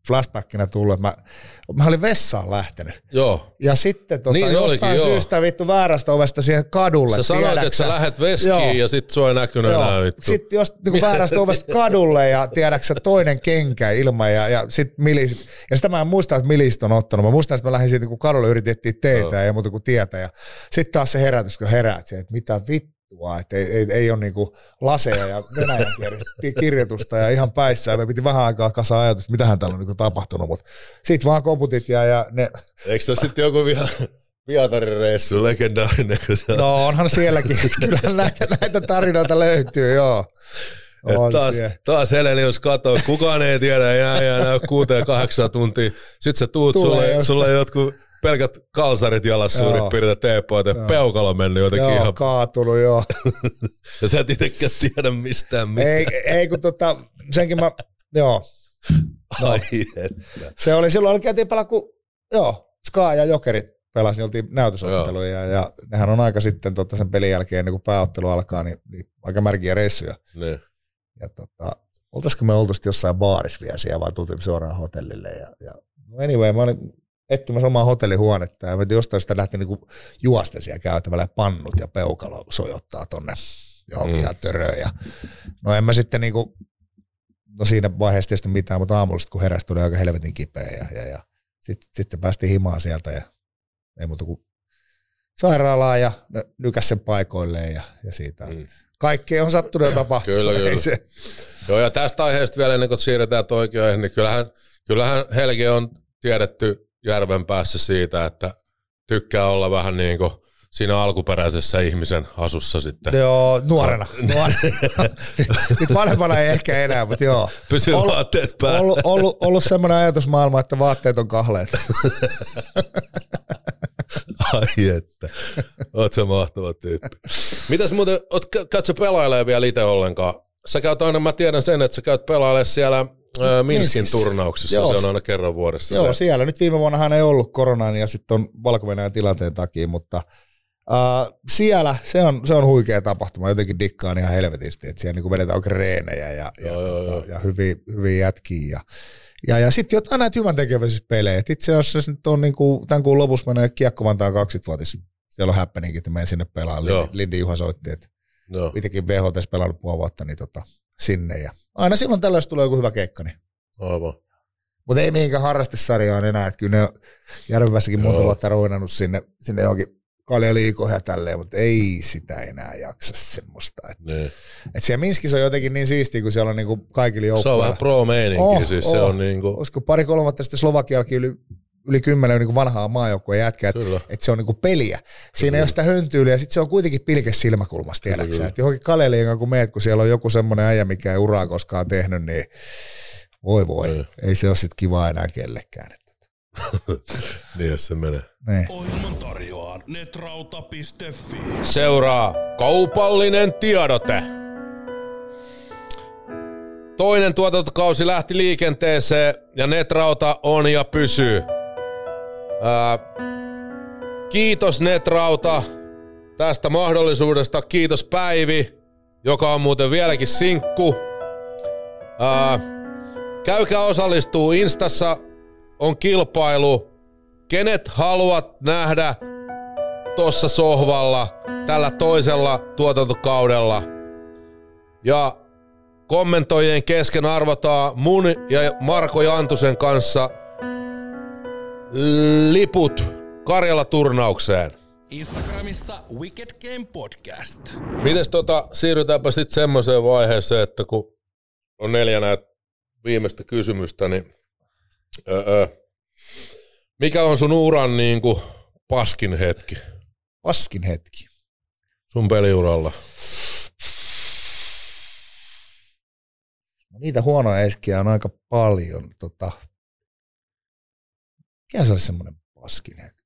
flashbackina tullut, että mä, mä olin vessaan lähtenyt. Joo. Ja sitten tota, Niin jostain olikin, syystä vittu väärästä ovesta siihen kadulle. Sä sanoit, tiedäksä? että sä lähet veskiin Joo. ja sit sua ei näkynyt Joo. enää vittu. Sitten jos niin väärästä ovesta kadulle ja tiedäksä toinen kenkä ilman ja, ja sitten milisit. Ja sitä mä en muista, että milisit on ottanut. Mä muistan, että mä lähdin siitä, kun kadulle yritettiin teitä ja muuta kuin tietä. Ja sitten taas se herätys, kun heräät siihen, että mitä vittu. Että ei, ei, ei ole niinku laseja ja Venäjän kirjoitusta ja ihan päissä. Ja me piti vähän aikaa kasaa ajatus, että mitähän täällä on niinku tapahtunut. Mutta sitten vaan koputit ja, ja ne... Eikö tässä sitten joku vielä Pietarin reissu, legendaarinen? No onhan sielläkin. Kyllä näitä, näitä tarinoita löytyy, joo. On taas, taas Helenius katoo, kukaan ei tiedä, jää, jää nää kuuteen kahdeksan tuntia. Sitten sä tuut, sulle, sulle jotkut pelkät kalsarit jalassa suurin piirtein teepoita, peukalo mennyt jotenkin joo, ihan... kaatunut, joo. Ja sä et itekään tiedä mistään mitään. Ei, ei kun tota, senkin mä, joo. No. Ai että. Se oli, silloin oli käytiin pelaa, kun, joo, Ska ja Jokerit pelasi, niin oltiin näytösotteluja, ja, ja nehän on aika sitten tota, sen pelin jälkeen, ennen kuin pääottelu alkaa, niin, niin aika märkiä reissuja. Ne. Ja tota, oltaisiko me oltu sitten jossain baarissa vielä siellä, vaan tultiin suoraan hotellille, ja, ja no anyway, mä olin etsimässä omaa hotellihuonetta, ja mä jostain sitä lähti niinku juosten siellä käytävällä, ja pannut ja peukalo sojottaa tonne johonkin mm. ihan töröön, ja no en mä sitten niinku, no siinä vaiheessa tietysti mitään, mutta aamulla kun heräsi, tuli aika helvetin kipeä, ja, ja, ja sitten sit päästiin himaan sieltä, ja ei muuta kuin sairaalaan, ja nykäs sen paikoilleen, ja, ja siitä mm. kaikkea on sattunut ja tapahtunut. Kyllä, kyllä. Se... Joo, ja tästä aiheesta vielä ennen kuin siirretään oikein, niin kyllähän, kyllähän Helge on tiedetty järven päässä siitä, että tykkää olla vähän niin kuin siinä alkuperäisessä ihmisen asussa sitten. Joo, nuorena. nuorena. Nyt vanhempana ei ehkä enää, mutta joo. Pysyy ollut, vaatteet päällä. Ollut, ollut, ollut semmoinen ajatusmaailma, että vaatteet on kahleet. Ai että, oot sä mahtava tyyppi. Mitäs muuten, oot, käyt sä pelailemaan vielä itse ollenkaan? Sä käyt aina, mä tiedän sen, että sä käyt pelailemaan siellä ää, Minskin Minskis. turnauksissa, joo. Se on aina kerran vuodessa. Joo, se. siellä. Nyt viime vuonnahan ei ollut koronan ja sitten on Valko-Venäjän tilanteen takia, mutta äh, siellä se on, se on huikea tapahtuma. Jotenkin dikkaan ihan helvetisti, että siellä niin vedetään oikein reenejä ja, ja, joo, tota, joo. ja hyviä, hyviä jätkiä. Ja, ja, ja sitten jotain näitä hyvän tekeväisyyspelejä. Itse asiassa se nyt on niin kuin, tämän kuun lopussa menee Kiekko Vantaan kaksikymmentävuotis. Siellä on happeningkin, että menen sinne pelaan. Lindi Juha soitti, että itsekin V H T pelannut puoli vuotta, niin tota, sinne. Ja aina silloin tällöin, jos tulee joku hyvä keikka. Niin. Aivan. Mutta ei mihinkään harrastesarjaan enää. Että kyllä ne on Järvenpäässäkin monta vuotta ruinannut sinne, sinne johonkin kaljaliikoihin ja tälleen, mutta ei sitä enää jaksa semmoista. Että, et siellä Minskissä on jotenkin niin siistiä, kun siellä on niinku kaikille joukkueilla. Se on vähän pro-meininki. Oh, siis oh. Se on niinku... Olisiko pari-kolme vuotta sitten Slovakiallakin yli, yli kymmenen niin vanhaa maajoukkueen jätkää, että et se on niinku peliä. Siinä kyllä. Ei ole sitä höntyyliä, ja sitten se on kuitenkin pilke silmäkulmassa, tiedäksä. Että johonkin kaljaliikaan kun meet, kun siellä on joku semmoinen äijä, mikä ei uraa koskaan tehnyt, niin voi voi, ei, ei se ole sitten kiva enää kellekään. Niin jos se menee. Niin. Ohjelman tarjoaa netrauta piste fi. Seuraa kaupallinen tiedote. Toinen tuotantokausi lähti liikenteeseen ja Netrauta on ja pysyy. Ää, kiitos Netrauta tästä mahdollisuudesta. Kiitos Päivi, joka on muuten vieläkin sinkku. Ää, käykää osallistuu Instassa. On kilpailu. Kenet haluat nähdä tossa sohvalla tällä toisella tuotantokaudella? Ja kommentoijien kesken arvotaan mun ja Marko Jantusen kanssa liput Karjala-turnaukseen. Instagramissa Wicked Game Podcast. Mites tota, siirrytäänpä sitten semmoiseen vaiheeseen, että kun on neljä näitä viimeistä kysymystä, niin Öö. mikä on sun uran niin kuin paskin hetki? Paskin hetki? Sun peliuralla. No, niitä huonoja eskiä on aika paljon. Tota, mikä se olisi semmoinen paskin hetki?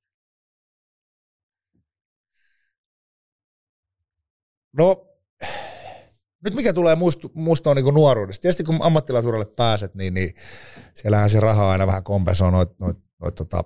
No, nyt mikä tulee muistu, muistoon niin kuin nuoruudesta. Tietysti kun ammattilaisuralle pääset, niin, niin siellähän se raha aina vähän kompensoi noita noit, noit, tota,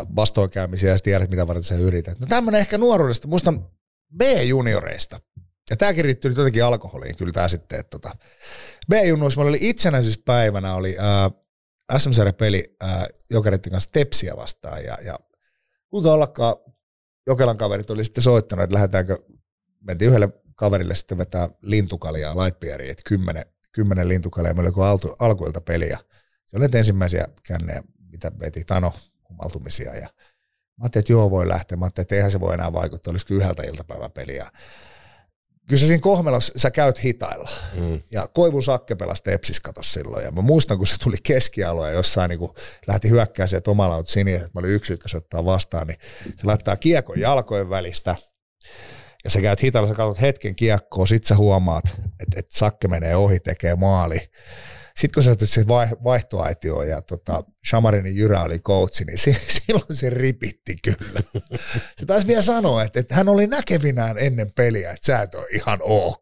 vastoinkäymisiä ja sitten tiedät, mitä varten sä yrität. No tämmöinen ehkä nuoruudesta. Muistan B-junioreista. Ja tämäkin riittyy nyt jotenkin alkoholiin, kyllä tämä sitten, että tota, B-junnuissa meillä oli itsenäisyyspäivänä, oli äh, S M-sarjapeli äh, Jokereiden kanssa Tepsiä vastaan, ja, ja kuinka ollakaan Jokelan kaverit oli sitten soittanut, että lähdetäänkö, mentiin yhdelle kaverille sitten vetää lintukaljaa Lightbeeria, että kymmenen, kymmenen lintukaljaa, meillä oli altu, alkuilta peliä. Se oli ensimmäisiä kännejä, mitä veti Tano humaltumisia, ja mä ajattelin, että joo voi lähteä, mä ajattelin, että eihän se voi enää vaikuttaa, olisiko yhdeltä iltapäiväpeliä. Kyllä sä siinä Kohmelossa, sä käyt hitailla. Mm. Ja Koivun Sakke pelasi Tepsis katos silloin. Ja mä muistan, kun se tuli keskialue ja jossain niin lähti hyökkää sieltä omalla aut sininen, että mä olin yksi, jotka se ottaa vastaan, niin se laittaa kiekon jalkojen välistä. Ja sä käyt hitailla, sä katsot hetken kiekkoa, sit sä huomaat, että, että Sakke menee ohi, tekee maali. Sitten kun sä otit se vaihtoaitioon ja tota, Shamarinin Jyrä oli coachi, niin se, silloin se ripitti kyllä. Se taisi vielä sanoa, että, että hän oli näkevinään ennen peliä, että sä et ole ihan ok.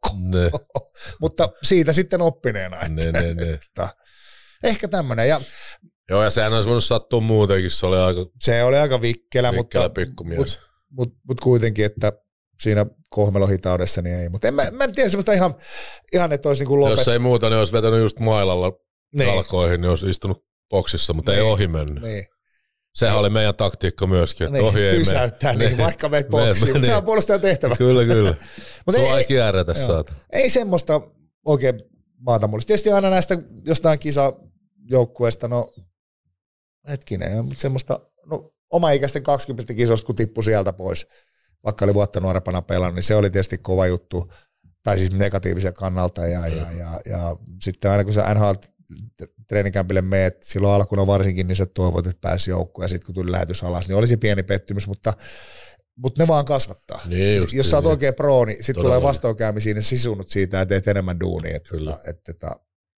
Mutta siitä sitten oppineena, että, ne, ne, ne. että ehkä tämmöinen. Ja, joo, ja sehän olisi voinut sattua muutenkin, se oli aika, se oli aika vikkelä, vikkelä mutta, pikkumies. mutta, mutta, mutta kuitenkin, että siinä Kohmelohitaudessa niin ei, mutta en, mä, mä en tiedä semmoista ihan, ihan että olisi niin kuin lopet... Jos ei muuta, niin olisi vetänyt just mailalla niin. jalkoihin, niin olisi istunut boksissa, mutta niin. ei ohi mennyt. Niin. Sehän oli meidän taktiikka myöskin, että niin. ohi ei pysäyttää, mene. niin, vaikka meet boksiin, mutta niin. sehän on puolustajan tehtävä. Kyllä, kyllä. Mutta Sua ei, ei kierrätä saata. Ei semmoista oikein maata mulle. Tietysti aina näistä jostain kisajoukkueesta, no hetkinen, mutta semmoista, no omaikäisten kaksikymmentä kisosta, kun tippui sieltä pois, vaikka oli vuotta nuorempana pelannut, niin se oli tietysti kova juttu, tai siis negatiivisen kannalta, ja, mm. ja, ja, ja sitten aina kun sä N H L-treenikämpille meet, silloin alkuun varsinkin, niin sä toivot, että pääsi joukkoon, ja sitten kun tuli lähetys alas, niin olisi pieni pettymys, mutta, mutta ne vaan kasvattaa. Niin jos justiin, sä oot niin. oikein pro, niin sitten tulee vastoinkäymisiä, niin sisunut siitä, että teet enemmän duunia, että, että, että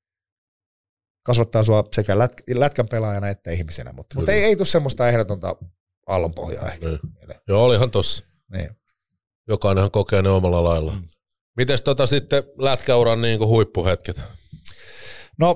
kasvattaa sua sekä lät, lätkän pelaajana että ihmisenä, mutta, mutta ei, ei tule semmoista ehdotonta aallonpohjaa ehkä. Niin. Joo, olihan tossa. Niin. Jokainenhan kokee ne omalla lailla. Mm. Mites tota sitten lätkäuran niin kuin huippuhetket? No,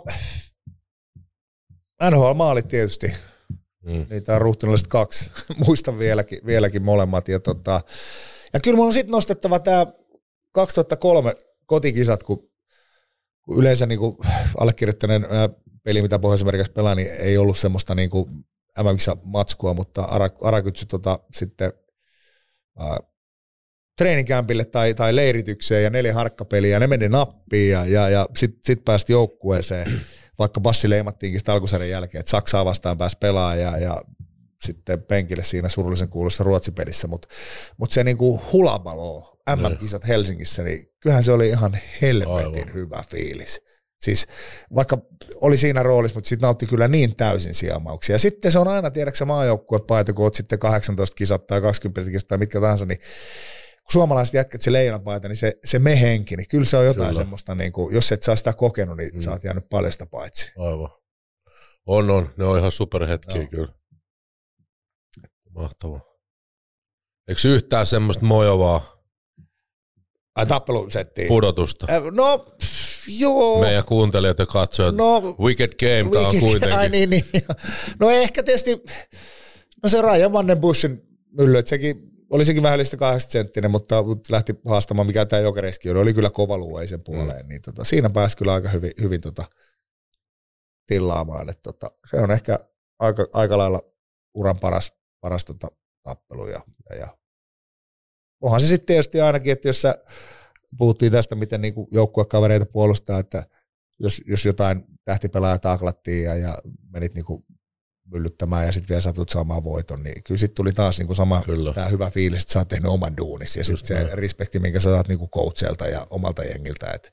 N H L-maalit tietysti. Mm. Niitä on ruhtinallisesti kaksi. Muistan vieläkin, vieläkin molemmat. Ja, tota, ja kyllä mun on sitten nostettava tämä kaksituhattakolme kotikisat, kun, kun yleensä niin kuin allekirjoittaneen peli, mitä Pohjois-Amerikassa pelaa, niin ei ollut semmoista niin kuin M M-matskua, mutta Arakytsy tota, sitten äh, treenikämpille tai, tai leiritykseen ja neljä harkkapeliä, ja ne meni nappiin, ja, ja, ja sitten sit päästi joukkueeseen, vaikka passi leimattiinkin sitä alkusarjan jälkeen, että Saksaa vastaan pääsi pelaamaan, ja, ja sitten penkille siinä surullisen kuulussa Ruotsi-pelissä, mutta mut se niinku hulabalo, M M-kisat Helsingissä, niin kyllähän se oli ihan helvetin Aivan. hyvä fiilis. Siis vaikka oli siinä roolissa, mutta sitten nautti kyllä niin täysin siemauksia. Ja sitten se on aina, tiedätkö maajoukkuepaita, kun oot sitten kahdeksantoista kisat tai kaksikymmentä kisat tai mitkä tahansa, niin kun suomalaiset jätkät se leijonapaita, niin se, se me-henki, niin kyllä se on jotain kyllä. semmoista, niin kuin, jos et saa sitä kokenut, niin mm. sä oot jäänyt paljon sitä paitsi. Aivan. On, on. Ne on ihan superhetkiä no. kyllä. Mahtavaa. Eikö yhtään semmoista mojovaa Ai tappelusettiin? Pudotusta. Äh, no, joo. Meidän kuuntelijat ja katsojat. No, Wicked Game tämä on kuitenkin. Ai niin, niin. No ehkä tietysti, no se Ryan Vandenbuschen mylly, että sekin, oli sekin vähän liistä kahdeksan senttinen, mutta lähti haastamaan, mikä tämä Jokereiskin oli, oli kyllä kova lueisen puoleen, mm. niin tota, siinä pääsi kyllä aika hyvin, hyvin tota, tillaamaan, että tota, se on ehkä aika, aika lailla uran paras, paras tota, tappelu ja, ja, ja onhan se sitten tietysti ainakin, että jos sä puhuttiin tästä, miten niinku joukkuekavereita puolustaa, että jos, jos jotain tähtipelaajaa taklattiin ja, ja menit niinku myllyttämään ja sitten vielä satut saamaan voiton, niin kyllä sitten tuli taas niinku sama tämä hyvä fiilis, että sä oot tehnyt oman duunis ja sitten se näin. Respekti, minkä sä saat niinku coachelta ja omalta jengiltä, että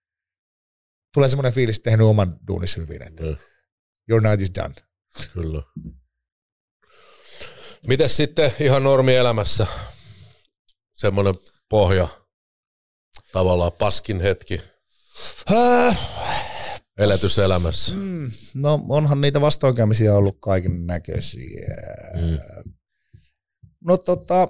tulee semmoinen fiilis, että tehnyt oman duunis hyvin, että mm. your night is done. Kyllä. Mites sitten ihan normielämässä? Semmoinen pohja, tavallaan paskin hetki äh, elätyselämässä. Mm, no onhan niitä vastoinkäymisiä ollut kaiken näköisiä. Mm. No tota,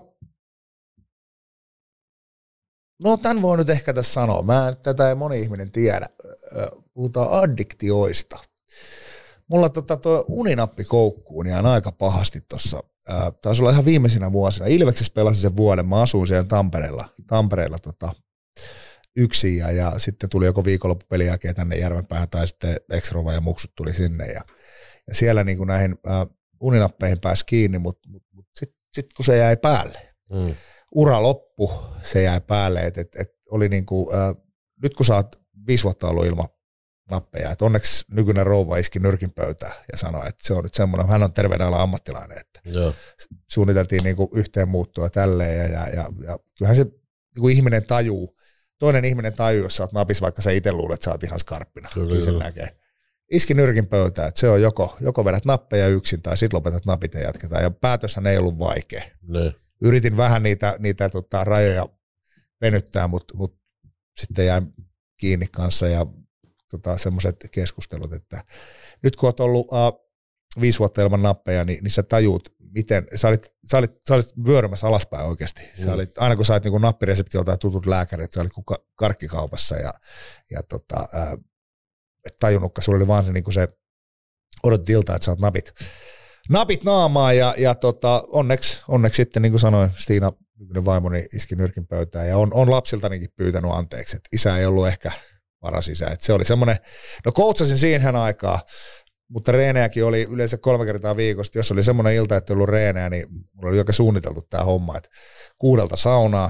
no tän voi nyt ehkä tässä sanoa. Mä en, tätä ei moni ihminen tiedä. Puhutaan addiktioista. Mulla tota tuo uninappi koukkuun jään aika pahasti tuossa. Taisi olla ihan viimeisinä vuosina. Ilveksessä pelasin sen vuoden. Mä asuin siellä Tampereella, Tampereella tota, yksin ja, ja sitten tuli joko viikonloppupelin jälkeen tänne Järvenpäähän tai sitten Ex-Rova ja muksut tuli sinne ja, ja siellä niin kuin näihin äh, uninappeihin pääsi kiinni, mutta mut, mut sitten sit kun se jäi päälle, mm. ura loppu, se jäi päälle, että et, et oli niin kuin, äh, nyt kun sä oot viisi vuotta ollut ilman nappeja, että onneksi nykyinen rouva iski nyrkin pöytään ja sanoi, että se on nyt semmoinen, hän on terveydenala ammattilainen, että Joo. suunniteltiin niin kuin yhteen muuttua tälleen ja, ja, ja, ja kyllähän se niin kuin ihminen tajuu, toinen ihminen tajuu, jos sä oot napis, vaikka sä itse luulet, että sä oot ihan skarppina, kyllä, kyllä sen näkee. Iski nyrkin pöytään, että se on joko, joko vedät nappeja yksin tai sit lopetat napit ja jatketaan ja päätöshän ei ollut vaikea. Ne. Yritin vähän niitä, niitä tota, rajoja venyttää, mutta mut sitten jäin kiinni kanssa ja tota, semmoiset keskustelut, että nyt kun olet ollut uh, viisi vuotta ilman nappeja, niin, niin sä tajuut, miten, sä olit, sä olit, sä olit vyörymässä alaspäin oikeasti. Sä olit, aina kun sä olit niin nappireseptiolta ja tutut lääkärit, sä olit kuin karkkikaupassa ja, ja tota, uh, et tajunnutkaan, sulla oli vaan se, niin se odotit iltaa, että sä oot napit, napit naamaa ja, ja tota, onneksi, onneksi sitten niin kuin sanoin, Stiina, nykyinen vaimoni iski nyrkin pöytään ja on, on lapsiltanikin pyytänyt anteeksi, että isä ei ollut ehkä paras isä. Et se oli semmoinen, no coachasin siihen aikaan, mutta reenejäkin oli yleensä kolme kertaa viikosta. Jos oli semmoinen ilta, että ei ollut reenejä, niin mulla oli oikein suunniteltu tämä homma, että kuudelta saunaa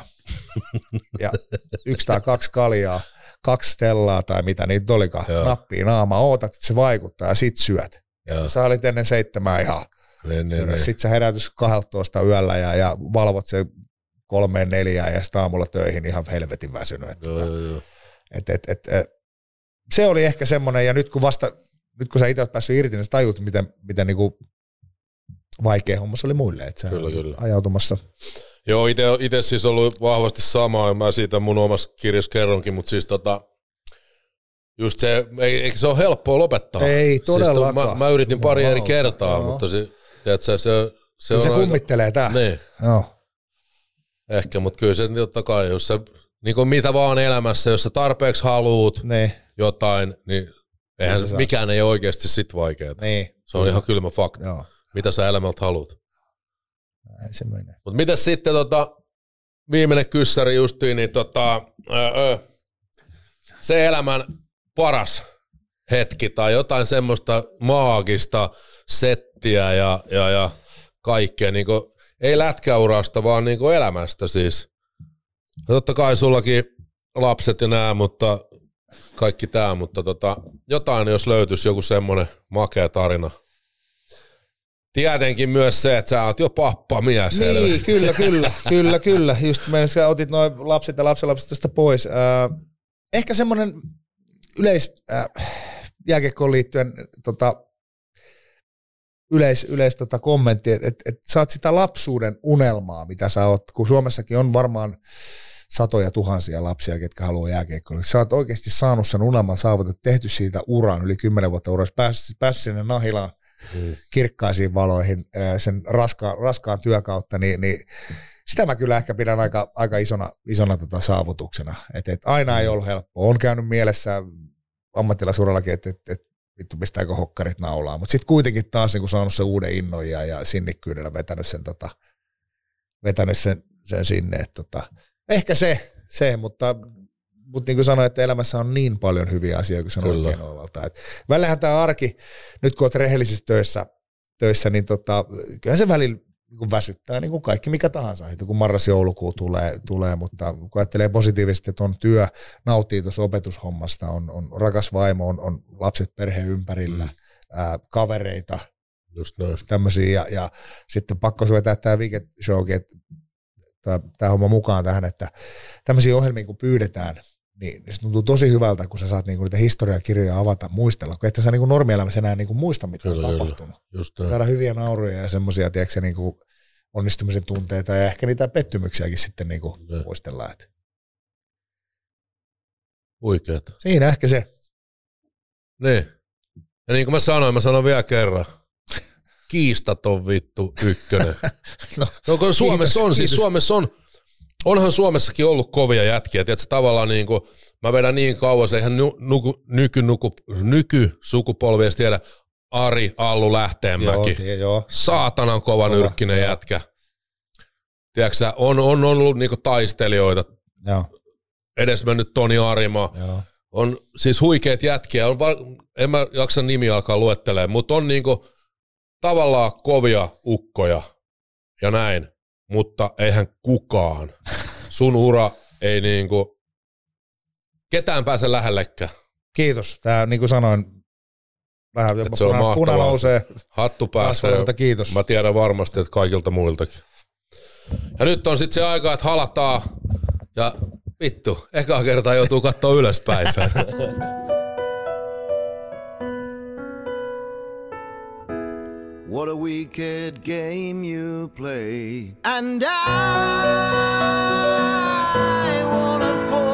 ja yksi tai kaksi kaljaa, kaksi stellaa tai mitä niitä olikaan, nappia naamaa, ootat, että se vaikuttaa ja sit syöt. Ja sä olit ennen seitsemää ihan. Sitten sä herätys kahdeltoista yöllä ja, ja valvot se kolmeen neljään ja sitten aamulla töihin ihan helvetin väsynyt. Että joo, joo, joo. Et, et, et, et, se oli ehkä semmoinen, ja nyt kun vasta, nyt kun sä itse oot päässyt irti, niin sä tajut, miten, miten niinku vaikea homma se oli muille, että sä kyllä, kyllä. ajautumassa. Joo, itse siis ollut vahvasti samaa, ja mä siitä mun omassa kirjassa kerronkin, mutta siis tota, just se, eikö se ole helppoa lopettaa? Ei todellakaan. Siis to, mä, mä yritin pari eri kertaa, no. mutta se, tiedätkö, se, se on se aika, kummittelee tää. Niin. Joo. Ehkä, mutta kyllä se totta kai, jos sä niin kuin mitä vaan elämässä, jos sä tarpeeksi haluut ne. jotain, niin eihän se, mikään ei ole oikeasti sit vaikeaa. Niin. Se on Kyllä. ihan kylmä fakta. Joo. Mitä sä elämältä haluut. Mutta mitäs sitten tota, viimeinen kyssäri justiin, niin tota, öö, öö, se elämän paras hetki tai jotain semmoista maagista settiä ja, ja, ja kaikkea, niin kuin, ei lätkäurasta, vaan niin kuin elämästä siis. Totta kai sullakin lapset ja nää, mutta kaikki tää, mutta tota, jotain jos löytyisi joku semmoinen makea tarina. Tietenkin myös se, että sä oot jo pappamies. Niin, helvetti. kyllä, kyllä, kyllä, kyllä. Just meidän sä otit noin lapset ja lapsenlapset tästä pois. Äh, ehkä semmoinen yleis, äh, jääkiekkoon liittyen tota, yleis, yleis tota, kommentti, että et, et sä oot sitä lapsuuden unelmaa, mitä sä oot, kun Suomessakin on varmaan satoja tuhansia lapsia, ketkä haluaa jääkiekkoa. Sä oot oikeasti saanut sen unelman saavutettu, tehty siitä uran yli kymmenen vuotta urassa, päässyt päässyt sinne Nahilaan hmm. kirkkaisiin valoihin sen raskaan, raskaan työkautta, niin, niin sitä mä kyllä ehkä pidän aika, aika isona, isona tota saavutuksena. Et, et aina ei ollut helppoa. On käynyt mielessä ammattilaisurallakin, että et, et, vittu pistääkö hokkarit naulaa, mutta sitten kuitenkin taas niin saanut sen uuden innon ja, ja sinnikkyydellä vetänyt sen, tota, vetänyt sen, sen sinne. Et, tota, ehkä se, se mutta, mutta niin kuin sanoin, että elämässä on niin paljon hyviä asioita, kun se on oikein oivaltaa. Välillähän tämä arki, nyt kun olet rehellisissä töissä, töissä niin tota, kyllä se välillä niin väsyttää, niin kuin kaikki mikä tahansa, että kun marras-joulukuu tulee, tulee, mutta kun ajattelee positiivisesti, että on työ, nauttii tuossa opetushommasta, on, on rakas vaimo, on, on lapset perheen ympärillä, mm. ää, kavereita, just just tämmöisiä, ja, ja sitten pakko vetää tämä weekend showkin, että tämä homma mukaan tähän, että tämmöisiä ohjelmia kun pyydetään, niin se tuntuu tosi hyvältä, kun sä saat niinku niitä historiakirjoja avata, muistella, kun et sä niinku normielämässä enää niinku muista, mitä kyllä, on tapahtunut. Saada hyviä nauruja ja semmoisia, tiedätkö, niinku onnistumisen tunteita ja ehkä niitä pettymyksiäkin sitten niinku muistellaan. Että. Huikeeta. Siinä ehkä se. Niin. Ja niin kuin mä sanoin, mä sanon vielä kerran. Kiistaton vittu ykkönen. no, no kun Suomessa kiitos, on, siis kiitos. Suomessa on, onhan Suomessakin ollut kovia jätkiä, tiedätkö, tavallaan niin kuin, mä vedän niin kauas, eihän nuku, nyky, nuku, nykysukupolvi edes tiedä, Ari Allu Lähteenmäki, joo, joo. saatanan kova Kova, nyrkkinen joo. jätkä. Tiedätkö, on, on ollut niin kuin taistelijoita, joo. edesmennyt Toni Arima. Joo. On siis huikeat jätkiä. On va- en mä jaksa nimi alkaa luettelemaan, mutta on niinku tavallaan kovia ukkoja ja näin. Mutta eihän kukaan. Sun ura ei niinku ketään pääse lähellekään. Kiitos. Tää niin kuin sanoin, vähän jopa se on puna, puna nousee. Hattu päästä. Kasvaa, mutta kiitos. Mä tiedän varmasti, että kaikilta muiltakin. Ja nyt on sitten se aika, että halataan. Ja vittu, ekaa kertaa joutuu katsoa ylöspäin. What a wicked game you play. And I wanna fall